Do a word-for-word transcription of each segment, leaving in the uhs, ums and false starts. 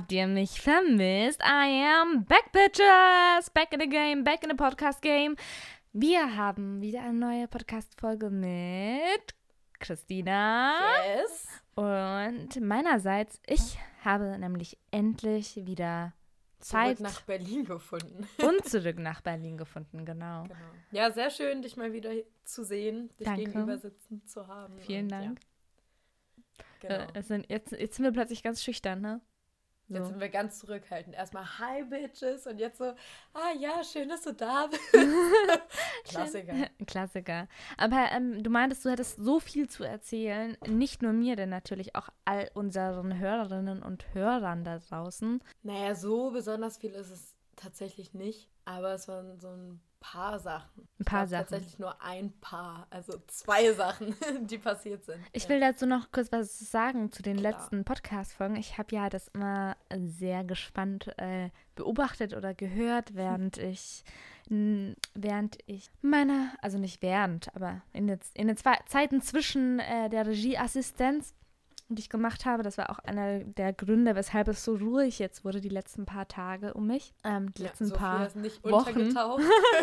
Habt ihr mich vermisst? I am back, bitches! Back in the game, back in the podcast game. Wir haben wieder eine neue Podcast-Folge mit Christina. Yes. Und meinerseits, ich habe nämlich endlich wieder Zeit. Zurück nach Berlin gefunden. Und zurück nach Berlin gefunden, genau. genau. Ja, sehr schön, dich mal wieder zu sehen, dich Danke. gegenüber sitzen zu haben. Vielen und, Dank. Ja. Genau. Äh, es sind, jetzt, jetzt sind wir plötzlich ganz schüchtern, ne? So. Jetzt sind wir ganz zurückhaltend. Erstmal Hi, Bitches. Und jetzt so, ah ja, schön, dass du da bist. Klassiker. Klassiker. Aber ähm, du meintest, du hättest so viel zu erzählen. Nicht nur mir, denn natürlich auch all unseren Hörerinnen und Hörern da draußen. Naja, so besonders viel ist es tatsächlich nicht. Aber es waren so ein paar Sachen. Ein paar es Sachen. Tatsächlich nur ein paar. Also zwei Sachen, die passiert sind. Ich will dazu noch kurz was sagen zu den Klar. letzten Podcast-Folgen. Ich habe ja das immer sehr gespannt äh, beobachtet oder gehört, während ich n, während ich meine, also nicht während, aber in den in den zwei Zeiten zwischen äh, der Regieassistenz, die ich gemacht habe, das war auch einer der Gründe, weshalb es so ruhig jetzt wurde die letzten paar Tage um mich. Ähm, die Ja, letzten Sophia paar ist nicht Wochen. untergetaucht.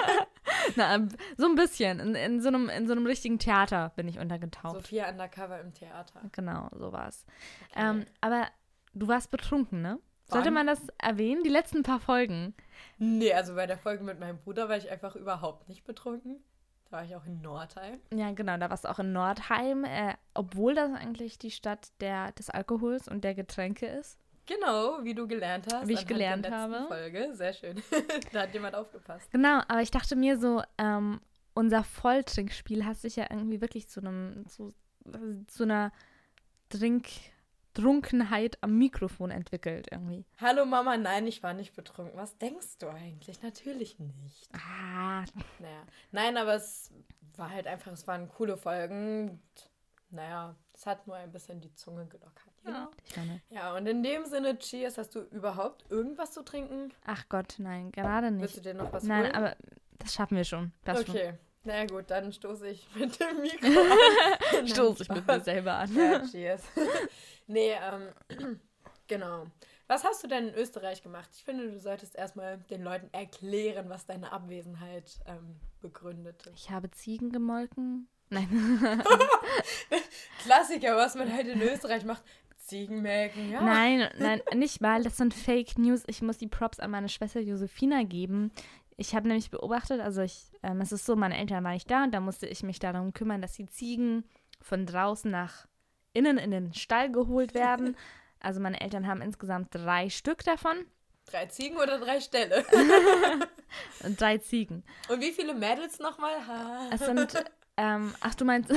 Na, so ein bisschen. In, in, so einem, in so einem richtigen Theater bin ich untergetaucht. Sophia undercover im Theater. Genau, so war's. Okay. Ähm, aber du warst betrunken, ne? Sollte Wann? man das erwähnen? Die letzten paar Folgen. Nee, also bei der Folge mit meinem Bruder war ich einfach überhaupt nicht betrunken. Da war ich auch in Nordheim. Ja, genau, da warst du auch in Nordheim, äh, obwohl das eigentlich die Stadt der, des Alkohols und der Getränke ist. Genau, wie du gelernt hast. Wie ich anhand gelernt der letzten habe. Folge. Sehr schön. Da hat jemand aufgepasst. Genau, aber ich dachte mir so, ähm, unser Volltrinkspiel hat sich ja irgendwie wirklich zu einem, zu, zu einer Trink, Trunkenheit am Mikrofon entwickelt irgendwie. Hallo Mama, nein, ich war nicht betrunken. Was denkst du eigentlich? Natürlich nicht. Ah, Naja, nein, aber es war halt einfach, es waren coole Folgen. Und, naja, es hat nur ein bisschen die Zunge gelockert. ja. Ich meine, Ja, und in dem Sinne, Cheers, hast du überhaupt irgendwas zu trinken? ach Gott, nein, gerade Willst du nicht. dir noch was Nein, holen? aber das schaffen wir schon. Das Okay, na ja, gut, dann stoße ich mit dem Mikro schon. an. Stoß ich Nein, mit mir Spaß. selber an. Ja, cheers. nee, ähm, genau. Was hast du denn in Österreich gemacht? Ich finde, du solltest erstmal den Leuten erklären, was deine Abwesenheit ähm, begründete. Ich habe Ziegen gemolken. Nein. Klassiker, was man halt in Österreich macht. Ziegen melken, ja. Nein, nein, nicht mal. Das sind Fake News. Ich muss die Props an meine Schwester Josefina geben. Ich habe nämlich beobachtet, also ich, ähm, es ist so, meine Eltern waren nicht da und da musste ich mich darum kümmern, dass die Ziegen von draußen nach innen in den Stall geholt werden. Also meine Eltern haben insgesamt drei Stück davon. Drei Ziegen oder drei Ställe? Und drei Ziegen. Und wie viele Mädels nochmal? Ha. Es sind, ähm, ach du meinst,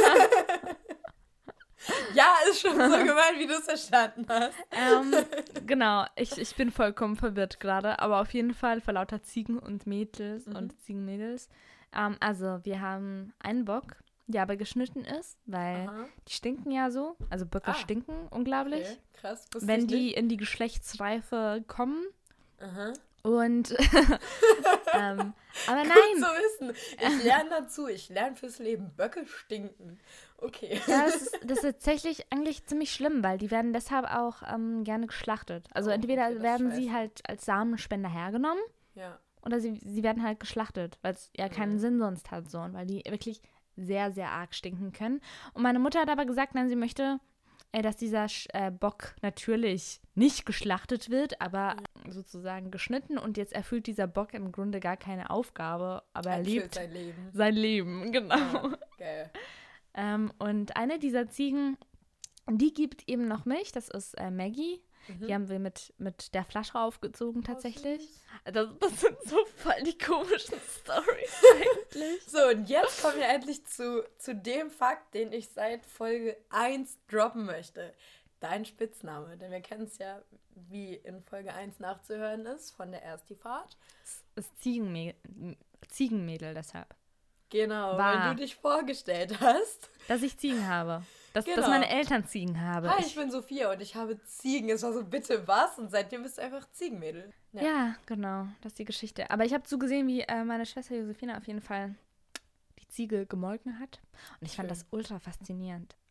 Ja, ist schon so gemeint, wie du es verstanden hast. ähm, genau, ich, ich bin vollkommen verwirrt gerade, aber auf jeden Fall vor lauter Ziegen und Mädels Mhm. und Ziegenmädels. Ähm, also wir haben einen Bock, der aber geschnitten ist, weil Aha. die stinken ja so, also Böcke Ah. stinken unglaublich, Okay, krass. Wusste wenn ich die nicht. in die Geschlechtsreife kommen Aha. und ähm, aber Gut nein, zu wissen. Ich lerne dazu. Ich lerne fürs Leben. Böcke stinken. Okay. ja, das ist, das ist tatsächlich eigentlich ziemlich schlimm, weil die werden deshalb auch ähm, gerne geschlachtet. Also Oh, entweder okay, das ist werden sie scheiße. halt als Samenspender hergenommen Ja. oder sie, sie werden halt geschlachtet, weil es ja keinen Mhm. Sinn sonst hat so und weil die wirklich sehr, sehr arg stinken können. Und meine Mutter hat aber gesagt, nein, sie möchte, äh, dass dieser Sch- äh, Bock natürlich nicht geschlachtet wird, aber sozusagen geschnitten und jetzt erfüllt dieser Bock im Grunde gar keine Aufgabe, aber er Er chillt lebt sein Leben. sein Leben, genau. Ja, geil. Ähm, und eine dieser Ziegen, die gibt eben noch Milch, das ist äh, Maggie. Mhm. Die haben wir mit, mit der Flasche aufgezogen tatsächlich. süß. Das, das sind so voll die komischen Storys eigentlich. So, und jetzt kommen wir endlich zu, zu dem Fakt, den ich seit Folge eins droppen möchte. Dein Spitzname. Denn wir kennen es ja, wie in Folge eins nachzuhören ist, von der Erstifahrt. Das ist Ziegenmädel, Ziegenmädel deshalb. Genau, War. weil du dich vorgestellt hast. Dass ich Ziegen habe. Dass, dass Genau. meine Eltern Ziegen haben. Hi, ich bin Sophia und ich habe Ziegen. Es war so, bitte was? Und seitdem bist du einfach Ziegenmädel. Ja. genau. Das ist die Geschichte. Aber ich habe zugesehen, wie äh, meine Schwester Josefina auf jeden Fall die Ziege gemolken hat. Und ich fand Schön. das ultra faszinierend.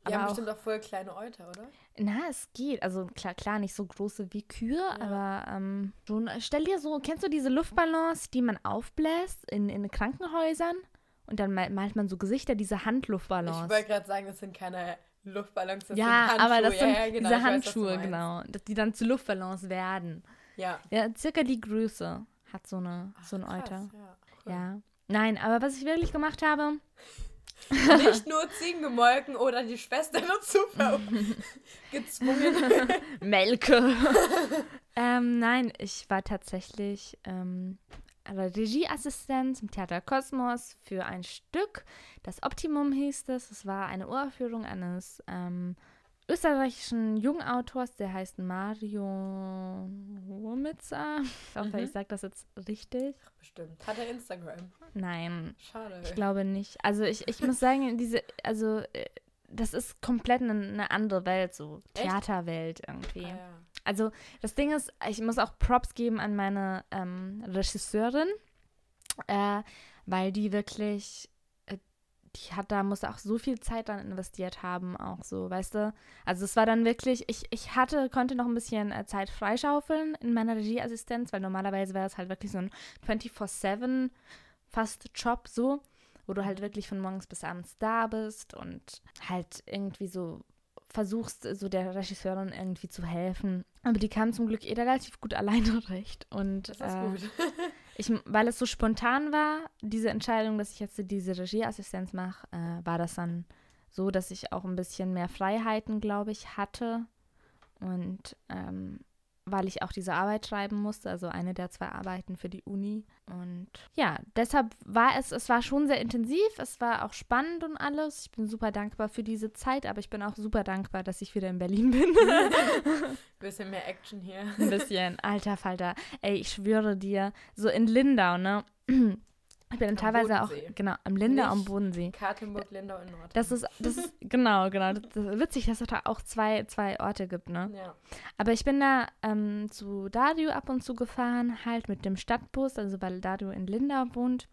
Die aber haben auch, bestimmt auch voll kleine Euter, oder? na, es geht. Also klar, klar, nicht so große wie Kühe, Ja. aber ähm, schon, stell dir so, kennst du diese Luftballons, die man aufbläst in, in Krankenhäusern? Und dann mal- malt man so Gesichter, diese Handluftballons. Ich wollte gerade sagen, das sind keine Luftballons, das ja, sind Handschuhe. aber das sind ja, ja, genau, diese ich weiß, was du Handschuhe, meinst. genau, dass die dann zu Luftballons werden. Ja. Ja, circa die Größe hat so, eine, Ach, so ein krass, Euter. Ja, cool. Ja. Nein, aber was ich wirklich gemacht habe, Nicht nur Ziegen gemolken oder die Schwester dazu ver- gezwungen. Melke. ähm, nein, ich war tatsächlich ähm, Regieassistent im Theater Kosmos für ein Stück. Das Optimum hieß es. Es war eine Uraufführung eines ähm, österreichischen Jungautors, der heißt Mario Wurmitzer. Ich hoffe, Mhm. ich sage das jetzt richtig. Bestimmt. Hat er Instagram? Nein, Schade. ich glaube nicht. Also ich, ich muss sagen, diese, also äh, das ist komplett eine, eine andere Welt, so Echt? Theaterwelt irgendwie. Ah, ja. Also das Ding ist, ich muss auch Props geben an meine ähm, Regisseurin, äh, weil die wirklich, äh, die hat da, musste auch so viel Zeit dann investiert haben, auch so, weißt du. Also es war dann wirklich, ich, ich hatte, konnte noch ein bisschen äh, Zeit freischaufeln in meiner Regieassistenz, weil normalerweise wäre es halt wirklich so ein vierundzwanzig sieben fast Job so, wo du halt wirklich von morgens bis abends da bist und halt irgendwie so versuchst, so der Regisseurin irgendwie zu helfen. Aber die kam zum Glück eh relativ gut alleine recht. Und Das ist äh, gut. ich, weil es so spontan war, diese Entscheidung, dass ich jetzt diese Regieassistenz mache, äh, war das dann so, dass ich auch ein bisschen mehr Freiheiten, glaube ich, hatte. Und ähm, weil ich auch diese Arbeit schreiben musste, also eine der zwei Arbeiten für die Uni. Und ja, deshalb war es, es war schon sehr intensiv, es war auch spannend und alles. Ich bin super dankbar für diese Zeit, aber ich bin auch super dankbar, dass ich wieder in Berlin bin. Bisschen mehr Action hier. Ein bisschen, alter Falter. Ey, ich schwöre dir, so in Lindau, ne? Ich bin dann Am teilweise Bodensee. auch, genau, am Lindau am Nicht Bodensee. Katlenburg, Lindau in Nord. Das ist, das ist, genau, genau. Das ist witzig, dass es da auch zwei, zwei Orte gibt, ne? Ja. Aber ich bin da ähm, zu Dario ab und zu gefahren, halt mit dem Stadtbus, also weil Dario in Lindau wohnt.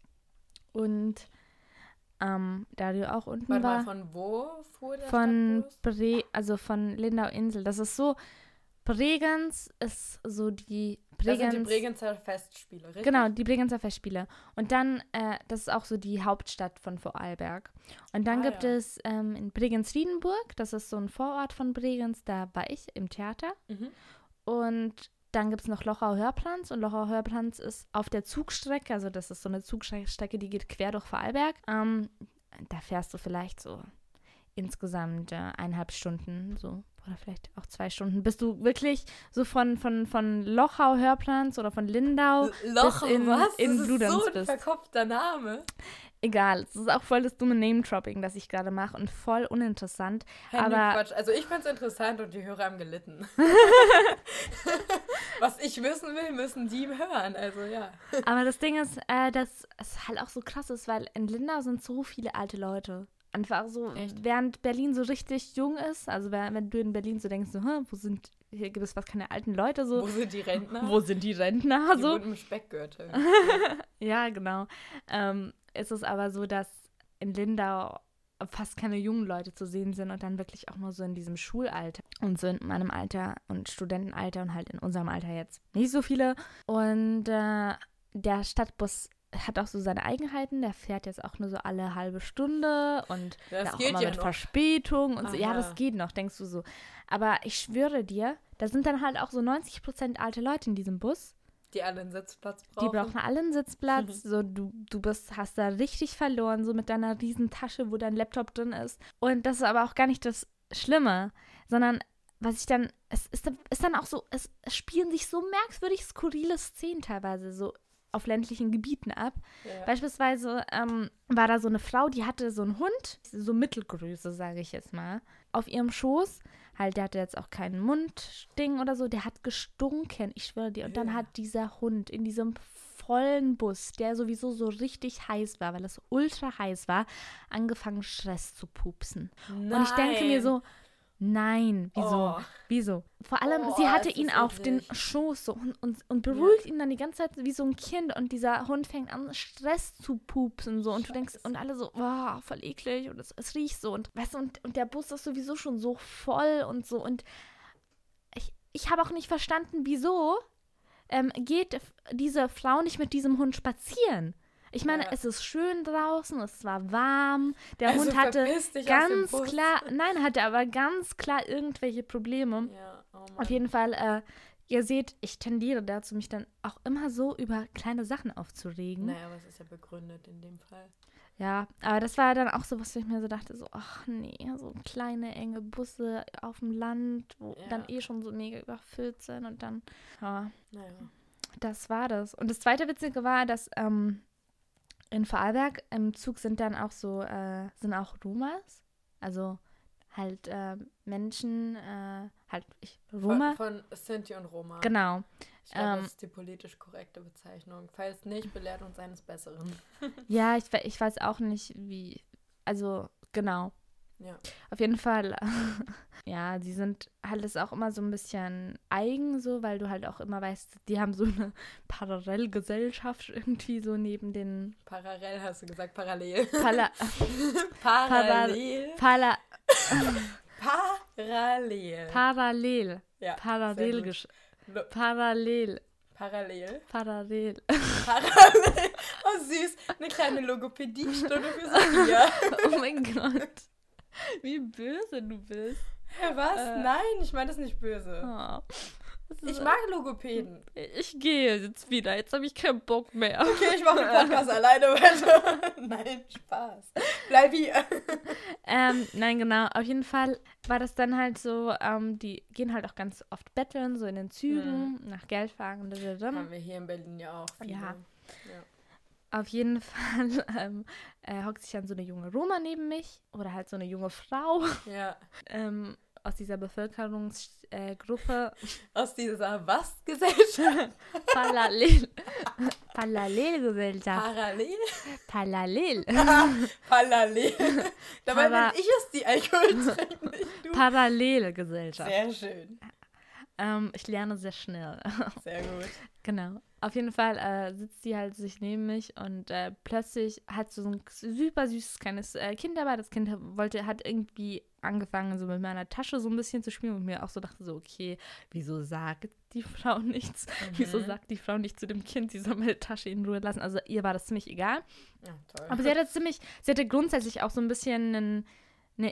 Und ähm, Dario auch unten Warte war. mal, von wo fuhr der Von Stadtbus? Bre also von Lindau-Insel. Das ist so, Bregenz ist so die Das sind die Bregenz. Bregenzer Festspiele, richtig? Genau, die Bregenzer Festspiele. Und dann, äh, das ist auch so die Hauptstadt von Vorarlberg. Und dann Ah, gibt ja. es ähm, in Bregenz-Riedenburg, das ist so ein Vorort von Bregenz, da war ich im Theater. Mhm. Und dann gibt es noch Lochau-Hörplanz und Lochau-Hörplanz ist auf der Zugstrecke, also das ist so eine Zugstrecke, die geht quer durch Vorarlberg. Ähm, da fährst du vielleicht so insgesamt äh, eineinhalb Stunden, so, oder vielleicht auch zwei Stunden, bis du wirklich so von, von, von Lochau-Hörplanz oder von Lindau Lochau, bis in, was? in das Bludenz ist so ein bist. verkopfter Name. Egal, es ist auch voll das dumme Name-Dropping, das ich gerade mache und voll uninteressant. Hey, nee, aber Quatsch. Also ich fand's interessant und die Hörer haben gelitten. Was ich wissen will, müssen die hören. Also ja. Aber das Ding ist, äh, dass es halt auch so krass ist, weil in Lindau sind so viele alte Leute. Einfach so, Echt? während Berlin so richtig jung ist, also wenn, wenn du in Berlin so denkst, so, Hä, wo sind, hier gibt es fast keine alten Leute, so, Wo sind die Rentner? wo sind die Rentner, Die so. wohnen im Speckgürtel. Ja, genau. Ähm, ist es aber so, dass in Lindau fast keine jungen Leute zu sehen sind und dann wirklich auch nur so in diesem Schulalter und so in meinem Alter und Studentenalter und halt in unserem Alter jetzt nicht so viele. Und äh, der Stadtbus hat auch so seine Eigenheiten. Der fährt jetzt auch nur so alle halbe Stunde und Das dann auch geht immer ja mit noch. Verspätung und so. Ja, Aha. das geht noch, denkst du so. Aber ich schwöre dir, da sind dann halt auch so neunzig Prozent alte Leute in diesem Bus. Die alle einen Sitzplatz brauchen. Die brauchen alle einen Sitzplatz. So, du, du bist, hast da richtig verloren, so mit deiner riesen Tasche, wo dein Laptop drin ist. Und das ist aber auch gar nicht das Schlimme, sondern was ich dann, es ist, ist dann auch so, es, es spielen sich so merkwürdig skurrile Szenen teilweise so auf ländlichen Gebieten ab. Ja. Beispielsweise ähm, war da so eine Frau, die hatte so einen Hund, so Mittelgröße, sage ich jetzt mal, auf ihrem Schoß. Halt, der hatte jetzt auch keinen Mundding oder so, der hat gestunken, ich schwöre dir. Und dann Ja. hat dieser Hund in diesem vollen Bus, der sowieso so richtig heiß war, weil es ultra heiß war, angefangen Stress zu pupsen. Nein. Und ich denke mir so, Nein, wieso? Oh. Wieso? Vor allem, Oh, sie hatte ist ihn das auf den eklig. Schoß so und, und, und beruhigt Ja. ihn dann die ganze Zeit wie so ein Kind und dieser Hund fängt an, Stress zu pupsen so und du denkst, Scheiße. und alle so, oh, voll eklig und es, es riecht so und weißt du, und, und der Bus ist sowieso schon so voll und so und ich, ich habe auch nicht verstanden, wieso ähm, geht f- diese Frau nicht mit diesem Hund spazieren. Ich meine, Ja. es ist schön draußen, es war warm, der Also Hund hatte verpiss dich aus dem ganz Bus. klar, nein, hatte aber ganz klar irgendwelche Probleme. Ja, oh Mann. Auf jeden Fall, äh, ihr seht, ich tendiere dazu, mich dann auch immer so über kleine Sachen aufzuregen. Naja, aber es ist ja begründet in dem Fall. Ja, aber das war dann auch so, was ich mir so dachte, so, ach nee, so kleine, enge Busse auf dem Land, wo Ja. dann eh schon so mega überfüllt sind und dann, ja, Naja. das war das. Und das zweite Witzige war, dass ähm, in Vorarlberg im Zug sind dann auch so, äh, sind auch Romas, also halt äh, Menschen, äh, halt ich, Roma, Von, von Sinti und Roma. genau. Ich glaube, ähm, das ist die politisch korrekte Bezeichnung. Falls nicht, belehrt uns eines Besseren. Ja, ich, we- ich weiß auch nicht, wie, also genau. Ja. Auf jeden Fall, ja, die sind halt ist auch immer so ein bisschen eigen so, weil du halt auch immer weißt, die haben so eine Parallelgesellschaft irgendwie so neben den Parallel hast du gesagt, parallel. Pala, Parallel. Pala, Parallel. Parallel, ja, Parallel, sehr gut. gesch- Lo- Parallel, Parallel. Parallel. Parallel. Oh, süß. Eine kleine Logopädie-Stunde für Sophia. Oh mein Gott, wie böse du bist. Hä, was? Äh. Nein, ich meine das nicht böse. Oh. Das ist- Ich mag Logopäden. Ich gehe jetzt wieder. Jetzt habe ich keinen Bock mehr. Okay, ich mache den Podcast alleine weiter. Nein, Spaß. Bleib hier. ähm, nein, genau. Auf jeden Fall war das dann halt so, ähm, die gehen halt auch ganz oft betteln, so in den Zügen, nach Geld fragen. Haben wir hier in Berlin ja auch viele. Ja. Ja. Auf jeden Fall ähm, äh, hockt sich dann so eine junge Roma neben mich oder halt so eine junge Frau ja. ähm, aus dieser Bevölkerungsgruppe. Aus dieser Was-Gesellschaft? Parallel. Parallelgesellschaft. Parallel? Parallel. Parallel. Dabei Para- bin ich es, die Alkohol trinkt, nicht du. Parallelgesellschaft. Sehr schön. Ähm, ich lerne sehr schnell. Sehr gut. Genau. Auf jeden Fall äh, sitzt sie halt sich neben mich und äh, plötzlich hat so ein super süßes kleines äh, Kind dabei. Das Kind wollte, hat irgendwie angefangen, so mit meiner Tasche so ein bisschen zu spielen und mir auch so dachte so, okay, wieso sagt die Frau nichts? Mhm. Wieso sagt die Frau nicht zu dem Kind, sie soll meine Tasche in Ruhe lassen? Also ihr war das ziemlich egal. Ja, toll. Aber sie hatte ziemlich, sie hatte grundsätzlich auch so ein bisschen einen, eine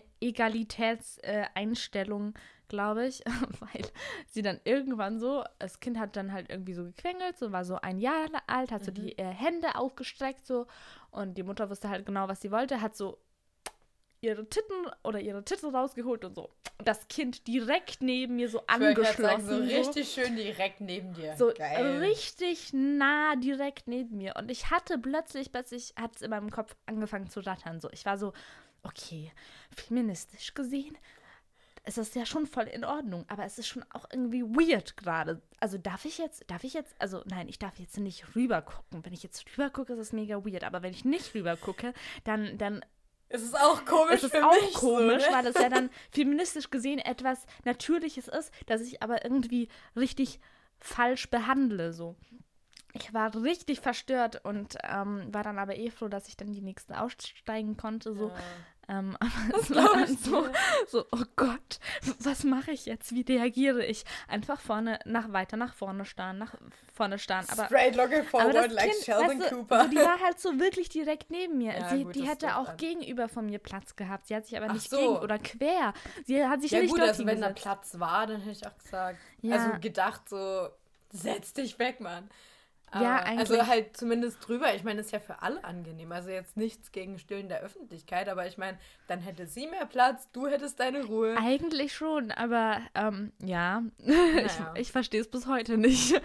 Egalitätseinstellung, glaube ich, weil sie dann irgendwann so, das Kind hat dann halt irgendwie so gequengelt, so war so ein Jahr alt, hat so Mhm. die äh, Hände aufgestreckt so und die Mutter wusste halt genau, was sie wollte, hat so ihre Titten oder ihre Titten rausgeholt und so das Kind direkt neben mir so Ich wollte gerade angeschlossen. sagen, so richtig schön direkt neben dir. So Geil. richtig nah direkt neben mir. Und ich hatte plötzlich, plötzlich hat es in meinem Kopf angefangen zu rattern. So, ich war so, okay, feministisch gesehen ist das ja schon voll in Ordnung, aber es ist schon auch irgendwie weird gerade. Also darf ich jetzt, darf ich jetzt, also nein, ich darf jetzt nicht rüber gucken. Wenn ich jetzt rüber gucke, ist es mega weird. Aber wenn ich nicht rüber gucke, dann, dann Es ist auch komisch es ist für auch mich. komisch, so, ne? weil es ja dann feministisch gesehen etwas Natürliches ist, das ich aber irgendwie richtig falsch behandle. So. Ich war richtig verstört und ähm, war dann aber eh froh, dass ich dann die nächste aussteigen konnte. So. Ja. Ähm, aber Das es war glaub dann ich so, dir. so, oh Gott, was mache ich jetzt? Wie reagiere ich? Einfach vorne, nach weiter nach vorne starren, nach vorne starren. Aber Straight looking aber forward das like Kind, Sheldon weißt du, Cooper. so, die war halt so wirklich direkt neben mir. Ja, sie, gut, die das hätte doof auch dann. gegenüber von mir Platz gehabt. Sie hat sich aber Ach nicht so. gegen oder quer. Sie hat sich Ja nicht gut, dort also wenn da hingesetzt. Platz war, dann hätte ich auch gesagt, Ja. also gedacht so, setz dich weg, Mann. Ja, Aber- eigentlich- Also halt zumindest drüber. Ich meine, das ist ja für alle angenehm. Also jetzt nichts gegen Stillen der Öffentlichkeit, aber ich meine, dann hätte sie mehr Platz, du hättest deine Ruhe. Eigentlich schon, aber ähm, ja, Naja. ich, ich verstehe es bis heute nicht.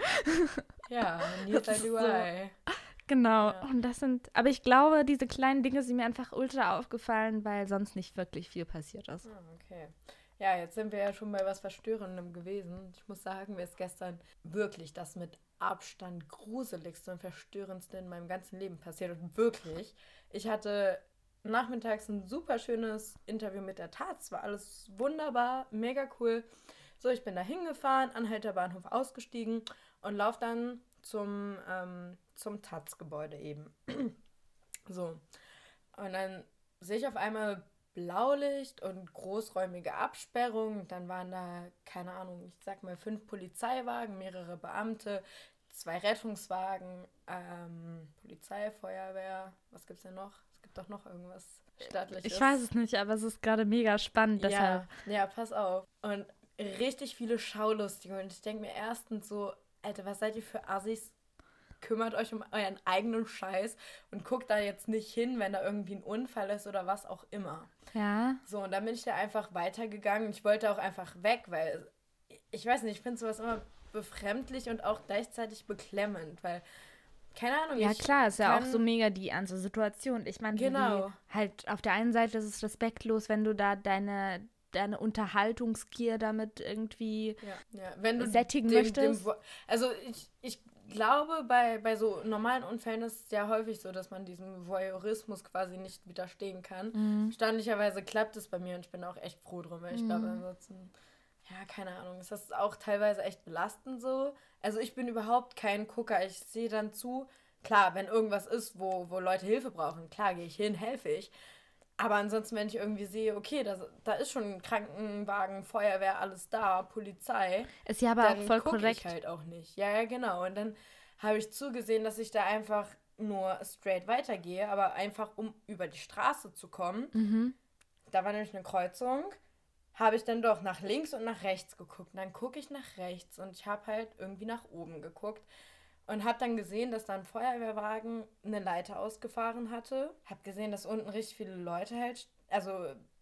Ja, neither Das ist do so- I. Genau, Ja. und das sind, aber ich glaube, diese kleinen Dinge sind mir einfach ultra aufgefallen, weil sonst nicht wirklich viel passiert ist. Ah, okay. Ja, jetzt sind wir ja schon bei was Verstörendem gewesen. Ich muss sagen, mir ist gestern wirklich das mit Abstand gruseligste und verstörendste in meinem ganzen Leben passiert. Und wirklich, ich hatte nachmittags ein super schönes Interview mit der Taz. War alles wunderbar, mega cool. So, ich bin da hingefahren, Anhalter Bahnhof ausgestiegen und laufe dann zum, ähm, zum Taz-Gebäude eben. So. Und dann sehe ich auf einmal Blaulicht und großräumige Absperrung. Dann waren da, keine Ahnung, ich sag mal fünf Polizeiwagen, mehrere Beamte, zwei Rettungswagen, ähm, Polizei, Feuerwehr, was gibt's denn noch? Es gibt doch noch irgendwas Staatliches. Ich weiß es nicht, aber es ist gerade mega spannend, deshalb. Ja, ja, pass auf. Und richtig viele Schaulustige. Und ich denke mir erstens so, Alter, was seid ihr für Assis? Kümmert euch um euren eigenen Scheiß und guckt da jetzt nicht hin, wenn da irgendwie ein Unfall ist oder was auch immer. Ja. So, und dann bin ich da einfach weitergegangen. Ich wollte auch einfach weg, weil, ich weiß nicht, ich finde sowas immer befremdlich und auch gleichzeitig beklemmend, weil, keine Ahnung. Ja, ich klar, ist ja kann, auch so mega die ganze Situation. Ich meine, Genau. wie, halt auf der einen Seite ist es respektlos, wenn du da deine, deine Unterhaltungsgier damit irgendwie ja, ja. Wenn du sättigen dem, möchtest. Dem, also ich, ich glaube, bei, bei so normalen Unfällen ist es ja häufig so, dass man diesem Voyeurismus quasi nicht widerstehen kann. Mhm. Erstaunlicherweise klappt es bei mir und ich bin auch echt froh drum, weil ich Mhm. glaube, ansonsten, ja, keine Ahnung, ist das auch teilweise echt belastend so. Also ich bin überhaupt kein Gucker, ich sehe dann zu, klar, wenn irgendwas ist, wo, wo Leute Hilfe brauchen, klar, gehe ich hin, helfe ich. Aber ansonsten, wenn ich irgendwie sehe, okay, da, da ist schon ein Krankenwagen, Feuerwehr, alles da, Polizei, Ist ja aber dann auch voll guck korrekt. ich halt auch nicht. Ja, ja, genau. Und dann habe ich zugesehen, dass ich da einfach nur straight weitergehe, aber einfach, um über die Straße zu kommen. Mhm. Da war nämlich eine Kreuzung, habe ich dann doch nach links und nach rechts geguckt. Und dann gucke ich nach rechts und ich habe halt irgendwie nach oben geguckt. Und habe dann gesehen, dass da ein Feuerwehrwagen eine Leiter ausgefahren hatte. Habe gesehen, dass unten richtig viele Leute halt, also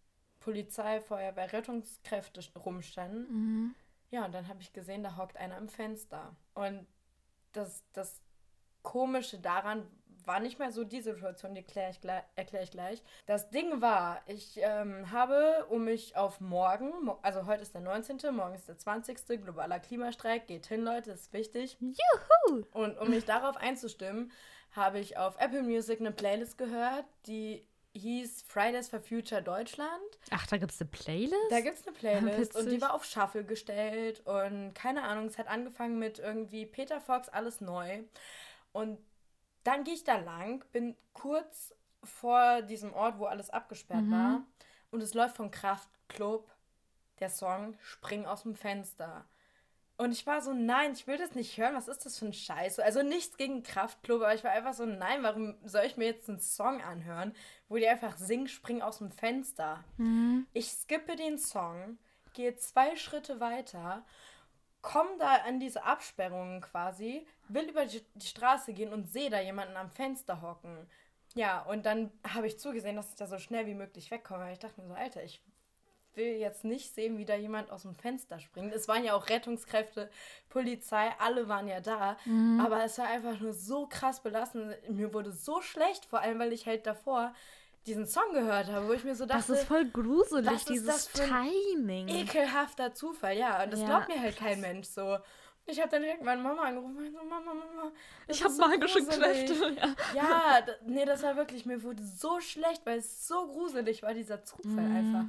Polizei, Feuerwehr, Rettungskräfte rumstanden. Mhm. Ja, und dann habe ich gesehen, da hockt einer am Fenster. Und das, das Komische daran war nicht mal so die Situation, die erkläre ich, erklär ich gleich. Das Ding war, ich ähm, habe, um mich auf morgen, also heute ist der neunzehnte, morgen ist der zwanzigste, globaler Klimastreik, geht hin, Leute, ist wichtig. Juhu! Und um mich darauf einzustimmen, habe ich auf Apple Music eine Playlist gehört, die hieß Fridays for Future Deutschland. Ach, da gibt's eine Playlist? Da gibt's eine Playlist Witzig. und die war auf Shuffle gestellt und keine Ahnung, es hat angefangen mit irgendwie Peter Fox, alles neu. Und dann gehe ich da lang, bin kurz vor diesem Ort, wo alles abgesperrt Mhm. war und es läuft vom Kraftklub der Song Spring aus dem Fenster. Und ich war so, nein, ich will das nicht hören, was ist das für ein Scheiß? Also nichts gegen Kraftklub, aber ich war einfach so, nein, warum soll ich mir jetzt einen Song anhören, wo die einfach singen, spring aus dem Fenster? Mhm. Ich skippe den Song, gehe zwei Schritte weiter, komme da an diese Absperrungen quasi, will über die die Straße gehen und sehe da jemanden am Fenster hocken. Ja, und dann habe ich zugesehen, dass ich da so schnell wie möglich wegkomme. Weil ich dachte mir so, Alter, ich will jetzt nicht sehen, wie da jemand aus dem Fenster springt. Es waren ja auch Rettungskräfte, Polizei, alle waren ja da. Mhm. Aber es war einfach nur so krass belastend. Mir wurde so schlecht, vor allem, weil ich halt davor diesen Song gehört habe, wo ich mir so dachte, Das ist voll gruselig, was ist dieses das für ein Timing. ekelhafter Zufall, ja. Und das Ja, glaubt mir halt krass. kein Mensch so. Ich habe dann direkt meine Mama angerufen und so, Mama, Mama, das Ich habe ist so magische gruselig. Kräfte. Ja. Ja, d- nee, das war wirklich, mir wurde so schlecht, weil es so gruselig war, dieser Zufall Mhm. einfach.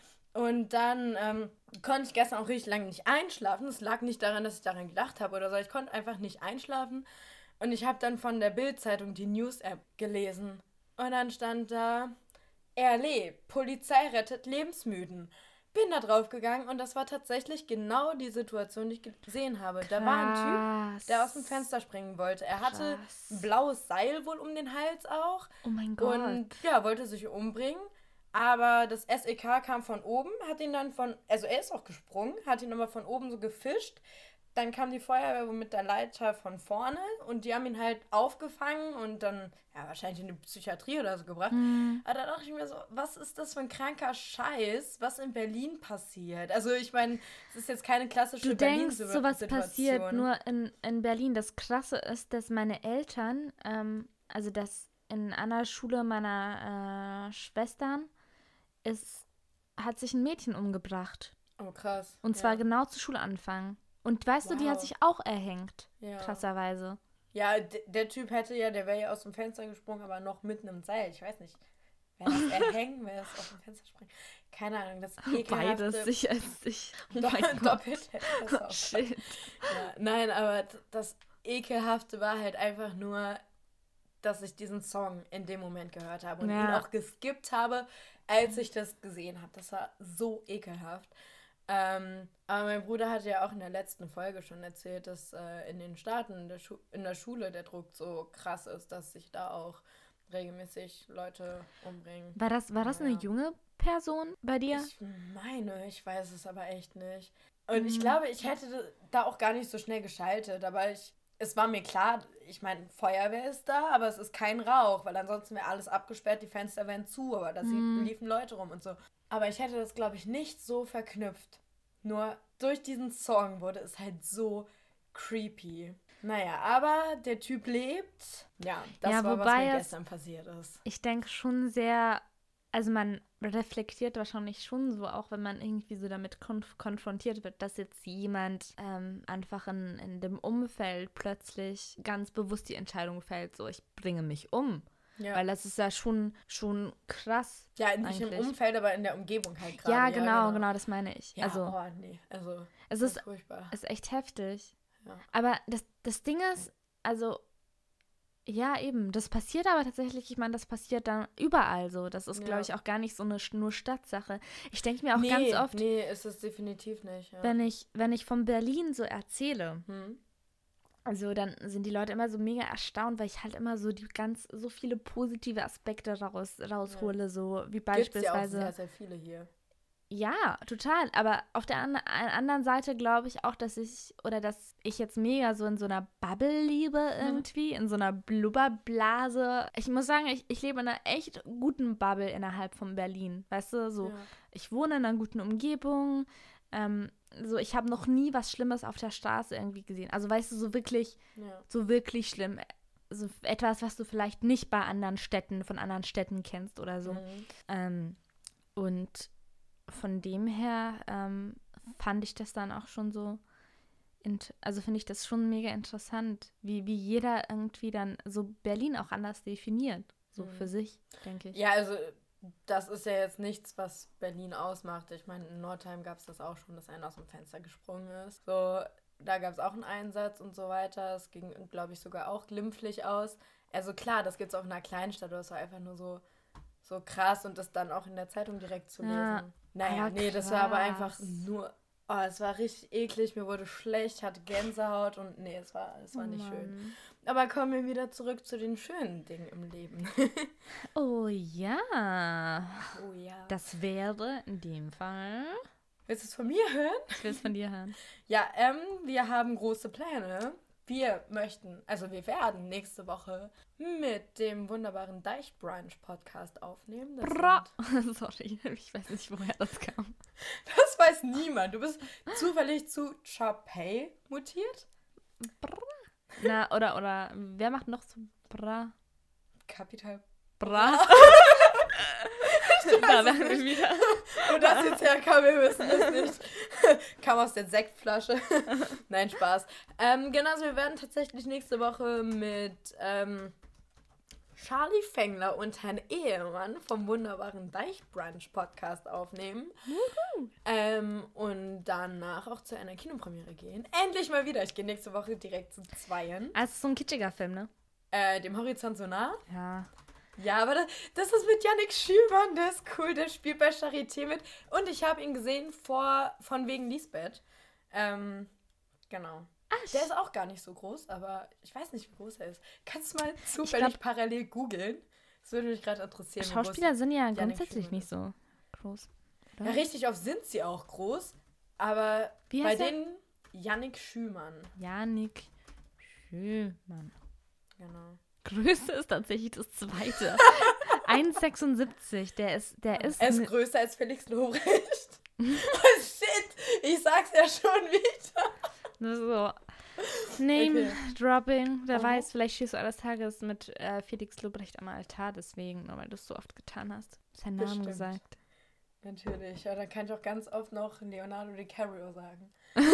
Und dann ähm, konnte ich gestern auch richtig lange nicht einschlafen. Es lag nicht daran, dass ich daran gedacht habe oder so. Ich konnte einfach nicht einschlafen. Und ich habe dann von der Bild-Zeitung die News-App gelesen. Und dann stand da, R L E, Polizei rettet Lebensmüden. Bin da drauf gegangen und das war tatsächlich genau die Situation, die ich gesehen habe. Da war ein Typ, Krass. der aus dem Fenster springen wollte. Er hatte Krass. ein blaues Seil wohl um den Hals auch Oh mein Gott. und ja, wollte sich umbringen. Aber das S E K kam von oben, hat ihn dann von, also er ist auch gesprungen, hat ihn aber von oben so gefischt. Dann kam die Feuerwehr mit der Leiter von vorne und die haben ihn halt aufgefangen und dann, ja, wahrscheinlich in die Psychiatrie oder so gebracht. Mhm. Aber da dachte ich mir so, was ist das für ein kranker Scheiß, was in Berlin passiert? Also ich meine, es ist jetzt keine klassische Du denkst, Berlin-Situation. sowas passiert nur in, in Berlin. Das Krasse ist, dass meine Eltern, ähm, also dass in einer Schule meiner äh, Schwestern, ist, hat sich ein Mädchen umgebracht. Oh, krass. Und ja. zwar genau zu Schulanfang. Und weißt du, die hat Wow. sich auch erhängt. Ja. Krasserweise. Ja, d- der Typ hätte ja, der wäre ja aus dem Fenster gesprungen, aber noch mitten im Seil. Ich weiß nicht. Wäre das erhängen, wäre das auf dem Fenster springen? Keine Ahnung, das ekelhafte... Beides, sich als sich. Oh Do- mein Gott. Doppelt. Das Oh, auch. shit. Ja, nein, aber d- das Ekelhafte war halt einfach nur, dass ich diesen Song in dem Moment gehört habe und Ja. ihn auch geskippt habe, als ich das gesehen habe. Das war so ekelhaft. Ähm, aber mein Bruder hat ja auch in der letzten Folge schon erzählt, dass äh, in den Staaten, in der, Schu- in der Schule der Druck so krass ist, dass sich da auch regelmäßig Leute umbringen. War das, war das eine Ja. junge Person bei dir? Ich meine, ich weiß es aber echt nicht. Und ich Mhm. glaube, ich hätte da auch gar nicht so schnell geschaltet, aber ich, es war mir klar, ich meine, Feuerwehr ist da, aber es ist kein Rauch, weil ansonsten wäre alles abgesperrt, die Fenster wären zu, aber da Mhm. liefen Leute rum und so. Aber ich hätte das, glaube ich, nicht so verknüpft. Nur durch diesen Song wurde es halt so creepy. Naja, aber der Typ lebt. Ja, das Ja, war, was wobei mir es- gestern passiert ist. Ich denke schon sehr, also man reflektiert wahrscheinlich schon so, auch wenn man irgendwie so damit konf- konfrontiert wird, dass jetzt jemand ähm, einfach in, in dem Umfeld plötzlich ganz bewusst die Entscheidung fällt, so ich bringe mich um. Ja, Weil das ist ja schon, schon krass. ja nicht eigentlich. im Umfeld, aber in der Umgebung halt gerade. Ja, genau, genau, das meine ich. Ja, also oh nee, also es das ist, ist furchtbar. ist echt heftig. Ja. Aber das, das Ding ist, also ja, eben, das passiert aber tatsächlich, ich meine, das passiert dann überall so. Das ist, Ja. glaube ich, auch gar nicht so eine Sch- nur Stadtsache. Ich denke mir auch nee, ganz oft, Nee, ist es definitiv nicht. Ja. wenn ich, wenn ich von Berlin so erzähle, Hm? also dann sind die Leute immer so mega erstaunt, weil ich halt immer so die ganz, so viele positive Aspekte raus, raushole, so wie Gibt's ja auch beispielsweise. sehr, sehr viele hier. Ja, total. Aber auf der an anderen Seite glaube ich auch, dass ich, oder dass ich jetzt mega so in so einer Bubble lebe irgendwie, in so einer Blubberblase. Ich muss sagen, ich, ich lebe in einer echt guten Bubble innerhalb von Berlin. Weißt du, so, Ja. ich wohne in einer guten Umgebung. Ähm, so, ich habe noch nie was Schlimmes auf der Straße irgendwie gesehen. Also, weißt du, so wirklich, Ja. so wirklich schlimm. So etwas, was du vielleicht nicht bei anderen Städten, von anderen Städten kennst oder so. Mhm. Ähm, und von dem her ähm, fand ich das dann auch schon so, int- also finde ich das schon mega interessant, wie, wie jeder irgendwie dann so Berlin auch anders definiert, so Mhm. für sich, denke ich. Ja, also das ist ja jetzt nichts, was Berlin ausmacht. Ich meine, in Nordheim gab es das auch schon, dass einer aus dem Fenster gesprungen ist. So, da gab es auch einen Einsatz und so weiter. Es ging, glaube ich, sogar auch glimpflich aus. Also klar, das gibt es auch in einer Kleinstadt, aber es war einfach nur so, so krass und das dann auch in der Zeitung direkt zu lesen. Ja, naja, aber nee, das war aber krass. einfach nur, oh, es war richtig eklig, mir wurde schlecht, hatte Gänsehaut und nee, es war, es war Oh nicht schön. Mann. Aber kommen wir wieder zurück zu den schönen Dingen im Leben. Oh ja, Oh ja. das wäre in dem Fall, Willst du es von mir hören? ich will es von dir hören. Ja, ähm, wir haben große Pläne. Wir möchten, also wir werden nächste Woche mit dem wunderbaren Deichbrunch-Podcast aufnehmen. Das, Bra. sind, Sorry, ich weiß nicht, woher das kam. das weiß niemand. Du bist zufällig zu Chapey mutiert? Na, oder, oder, wer macht noch so Bra? Kapital. Bra? Da wären wir wieder. Wo das jetzt herkam, wir wissen es nicht. Kam aus der Sektflasche. Nein, Spaß. Ähm, genau, also wir werden tatsächlich nächste Woche mit ähm, Charlie Fengler und Herrn Ehemann vom wunderbaren Deichbrunch-Podcast aufnehmen. Ähm, und danach auch zu einer Kinopremiere gehen. Endlich mal wieder. Ich gehe nächste Woche direkt zu Zweien. Also, es ist so ein kitschiger Film, ne? Äh, dem Horizont so nah. Ja. Ja, aber das, das ist mit Yannick Schümann, der ist cool, der spielt bei Charité mit. Und ich habe ihn gesehen vor, von wegen Lisbeth. Ähm, genau. Ach, Der ist auch gar nicht so groß, aber ich weiß nicht, wie groß er ist. Kannst du mal zufällig glaub- parallel googeln? Das würde mich gerade interessieren. wie Schauspieler sind ja Yannick grundsätzlich Schümann nicht so groß. groß- Oder? Ja, richtig oft sind sie auch groß, aber Wie bei heißt er? denen Yannick Schümann. Janik Schümann. Genau. Größe ist tatsächlich das zweite. eins Komma sechsundsiebzig. Der ist, der ist. Er ist ne- größer als Felix Lobrecht. Oh shit, ich sag's ja schon wieder. nur so. Name Okay. Dropping. Wer Oh. weiß, vielleicht stehst du eines Tages mit äh, Felix Lobrecht am Altar, deswegen, nur weil du es so oft getan hast. Seinen Namen Bestimmt. gesagt. Natürlich, ja, dann kann ich auch ganz oft noch Leonardo DiCaprio sagen.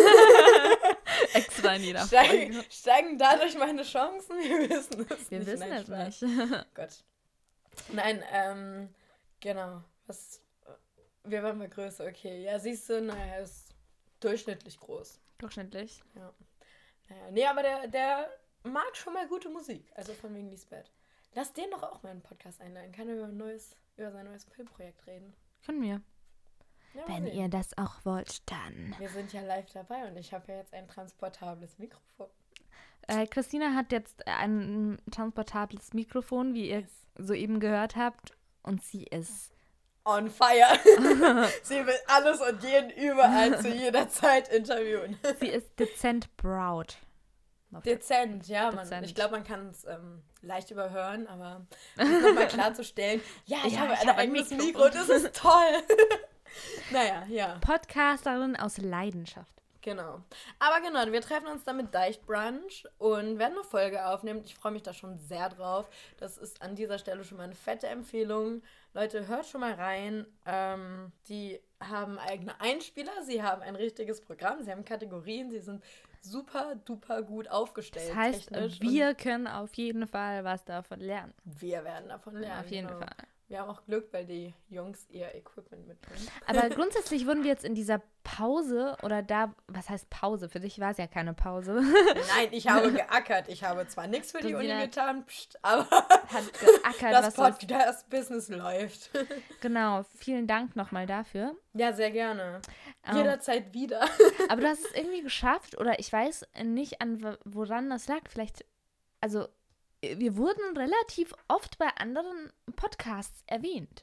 Extra in jeder Steigen, Folge. steigen dadurch meine Chancen? Wir wissen es Wir nicht. wissen Nein, es Spaß. nicht. Gott. Nein, ähm, Genau. Was, wir waren bei Größe, okay. Ja, siehst du, naja, er ist durchschnittlich groß. Durchschnittlich. Ja. Naja, nee, aber der, der mag schon mal gute Musik. Also von wegen Lisbeth. Lass den doch auch mal einen Podcast einladen. Kann er über, ein neues, über sein neues Filmprojekt reden. Können wir. Ja, Wenn sehen. ihr das auch wollt, dann. Wir sind ja live dabei und ich habe ja jetzt ein transportables Mikrofon. Äh, Christina hat jetzt ein transportables Mikrofon, wie ihr Yes. soeben gehört habt. Und sie ist On fire. Sie will alles und jeden überall zu jeder Zeit interviewen. Sie ist dezent proud. Dezent, ja, man. Dezent. Ich glaube, man kann es ähm, leicht überhören, aber um es nochmal klarzustellen, ja, ich Ja, habe ich ein habe ein eigenes Mikrofon. Mikro, das ist toll. Naja, ja, Podcasterin aus Leidenschaft. genau. Aber genau, wir treffen uns dann mit Deichbrunch und werden eine Folge aufnehmen. Ich freue mich da schon sehr drauf. Das ist an dieser Stelle schon mal eine fette Empfehlung. Leute, hört schon mal rein. Ähm, die haben eigene Einspieler, sie haben ein richtiges Programm, sie haben Kategorien, sie sind super duper gut aufgestellt. Das heißt, technisch wir können auf jeden Fall was davon lernen. und wir werden davon lernen. Auf jeden genau. Fall. Wir haben auch Glück, weil die Jungs ihr Equipment mitbringen. Aber grundsätzlich wurden wir jetzt in dieser Pause oder da, was heißt Pause? Für dich war es ja keine Pause. Nein, ich habe geackert. Ich habe zwar nichts für die Uni Christina getan, pst, aber Hat geackert, das was das. Podcast-Business läuft. Genau, vielen Dank nochmal dafür. Ja, sehr gerne. Ähm, Jederzeit wieder. Aber du hast es irgendwie geschafft, oder ich weiß nicht, an w- woran das lag. Vielleicht, also wir wurden relativ oft bei anderen Podcasts erwähnt.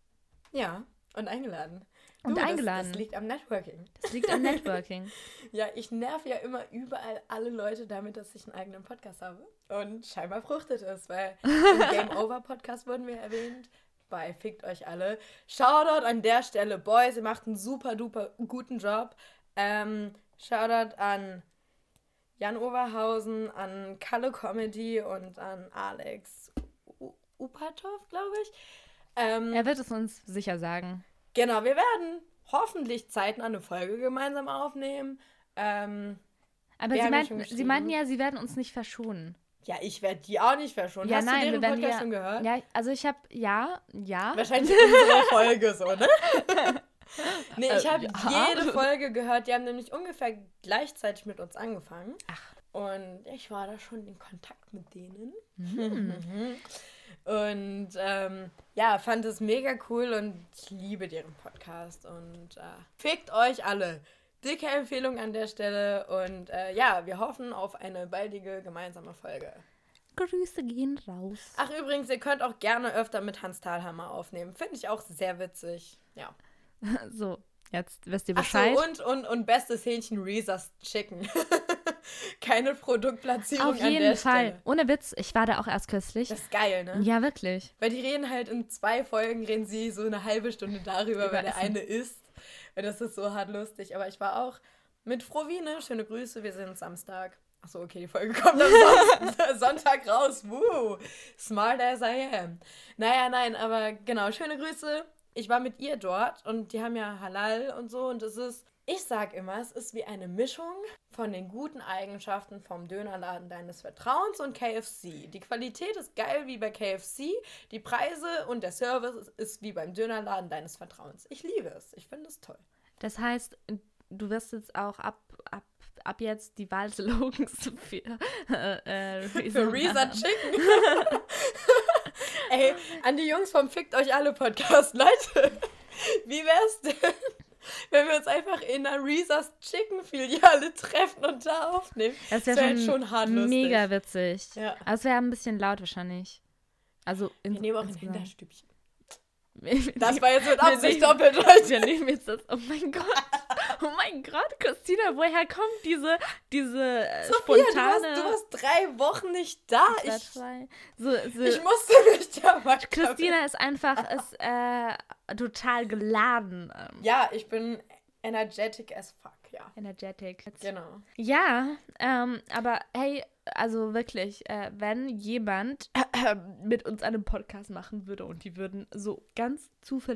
Ja, und eingeladen. Und Du, eingeladen. Das, das liegt am Networking. Das liegt am Networking. Ja, ich nerv ja immer überall alle Leute damit, dass ich einen eigenen Podcast habe. Und scheinbar fruchtet es, weil im Game Over Podcast wurden wir erwähnt. Bei Fickt euch alle. Shoutout an der Stelle, Boys, ihr macht einen super duper guten Job. Ähm, Shoutout an Jan Overhausen, an Kalle Comedy und an Alex U- Upatov, glaube ich. Ähm, Er wird es uns sicher sagen. Genau, wir werden hoffentlich zeitnah eine Folge gemeinsam aufnehmen. Ähm, Aber Wir sie, haben ja meinten, schon sie geschrieben. meinten ja, sie werden uns nicht verschonen. ja, ich werde die auch nicht verschonen. Ja, Hast nein, du wir deren werden Podcast ja, schon gehört? Ja, also ich habe, ja, ja. Wahrscheinlich unsere Folge so, ne? Nee, ich Äh, habe ja. jede Folge gehört. Die haben nämlich ungefähr gleichzeitig mit uns angefangen. Ach. Und ich war da schon in Kontakt mit denen. Hm. Und ähm, ja, fand es mega cool und ich liebe deren Podcast. Und äh, fickt euch alle. Dicke Empfehlung an der Stelle. Und äh, ja, wir hoffen auf eine baldige gemeinsame Folge. Grüße gehen raus. Ach übrigens, ihr könnt auch gerne öfter mit Hans Thalhammer aufnehmen. Finde ich auch sehr witzig. Ja. So, jetzt wisst ihr Ach Bescheid. so, und, und, und bestes Hähnchen Reese's Chicken. Keine Produktplatzierung Auf an jeden der Fall. Stelle. Ohne Witz, ich war da auch erst kürzlich. Das ist geil, ne? Ja, wirklich. Weil die reden halt in zwei Folgen, reden sie so eine halbe Stunde darüber, Über wer der Essen. eine isst. Und das ist so hart lustig. Aber ich war auch mit Frovine. Schöne Grüße, wir sehen uns Samstag. Achso, okay, die Folge kommt am Son- Sonntag raus. Woo! Smart as I am. Naja, nein, aber genau, schöne Grüße. Ich war mit ihr dort und die haben ja Halal und so. Und es ist, ich sag immer, es ist wie eine Mischung von den guten Eigenschaften vom Dönerladen deines Vertrauens und K F C. Die Qualität ist geil wie bei K F C. Die Preise und der Service ist, ist wie beim Dönerladen deines Vertrauens. Ich liebe es. Ich finde es toll. Das heißt, du wirst jetzt auch ab, ab, ab jetzt die Wahlslogans für äh, äh, Für Reese's Chicken. Ey, an die Jungs vom Fickt euch alle Podcast, Leute. Wie wär's denn, wenn wir uns einfach in einer Reese's Chicken Filiale treffen und da aufnehmen? Das wär wäre jetzt schon, schon hart lustig. mega witzig. Ja. Aber es wäre ein bisschen laut wahrscheinlich. Also in, Wir nehmen auch ein insgesamt. Hinterstübchen. Wir- Das war jetzt mit wir Absicht nehmen- doppelt, Leute. Wir nehmen jetzt das. Oh mein Gott. Oh mein Gott, Christina, woher kommt diese, diese äh, Sophia, spontane... du, warst, du warst drei Wochen nicht da. Ich, war Ich, zwei. so, so, ich musste mich ja mal... Christina ist einfach ist, äh, total geladen. Ähm, Ja, ich bin energetic as fuck, ja. energetic. Genau. Ja, ähm, aber hey, also wirklich, äh, wenn jemand mit uns einen Podcast machen würde und die würden so ganz zufällig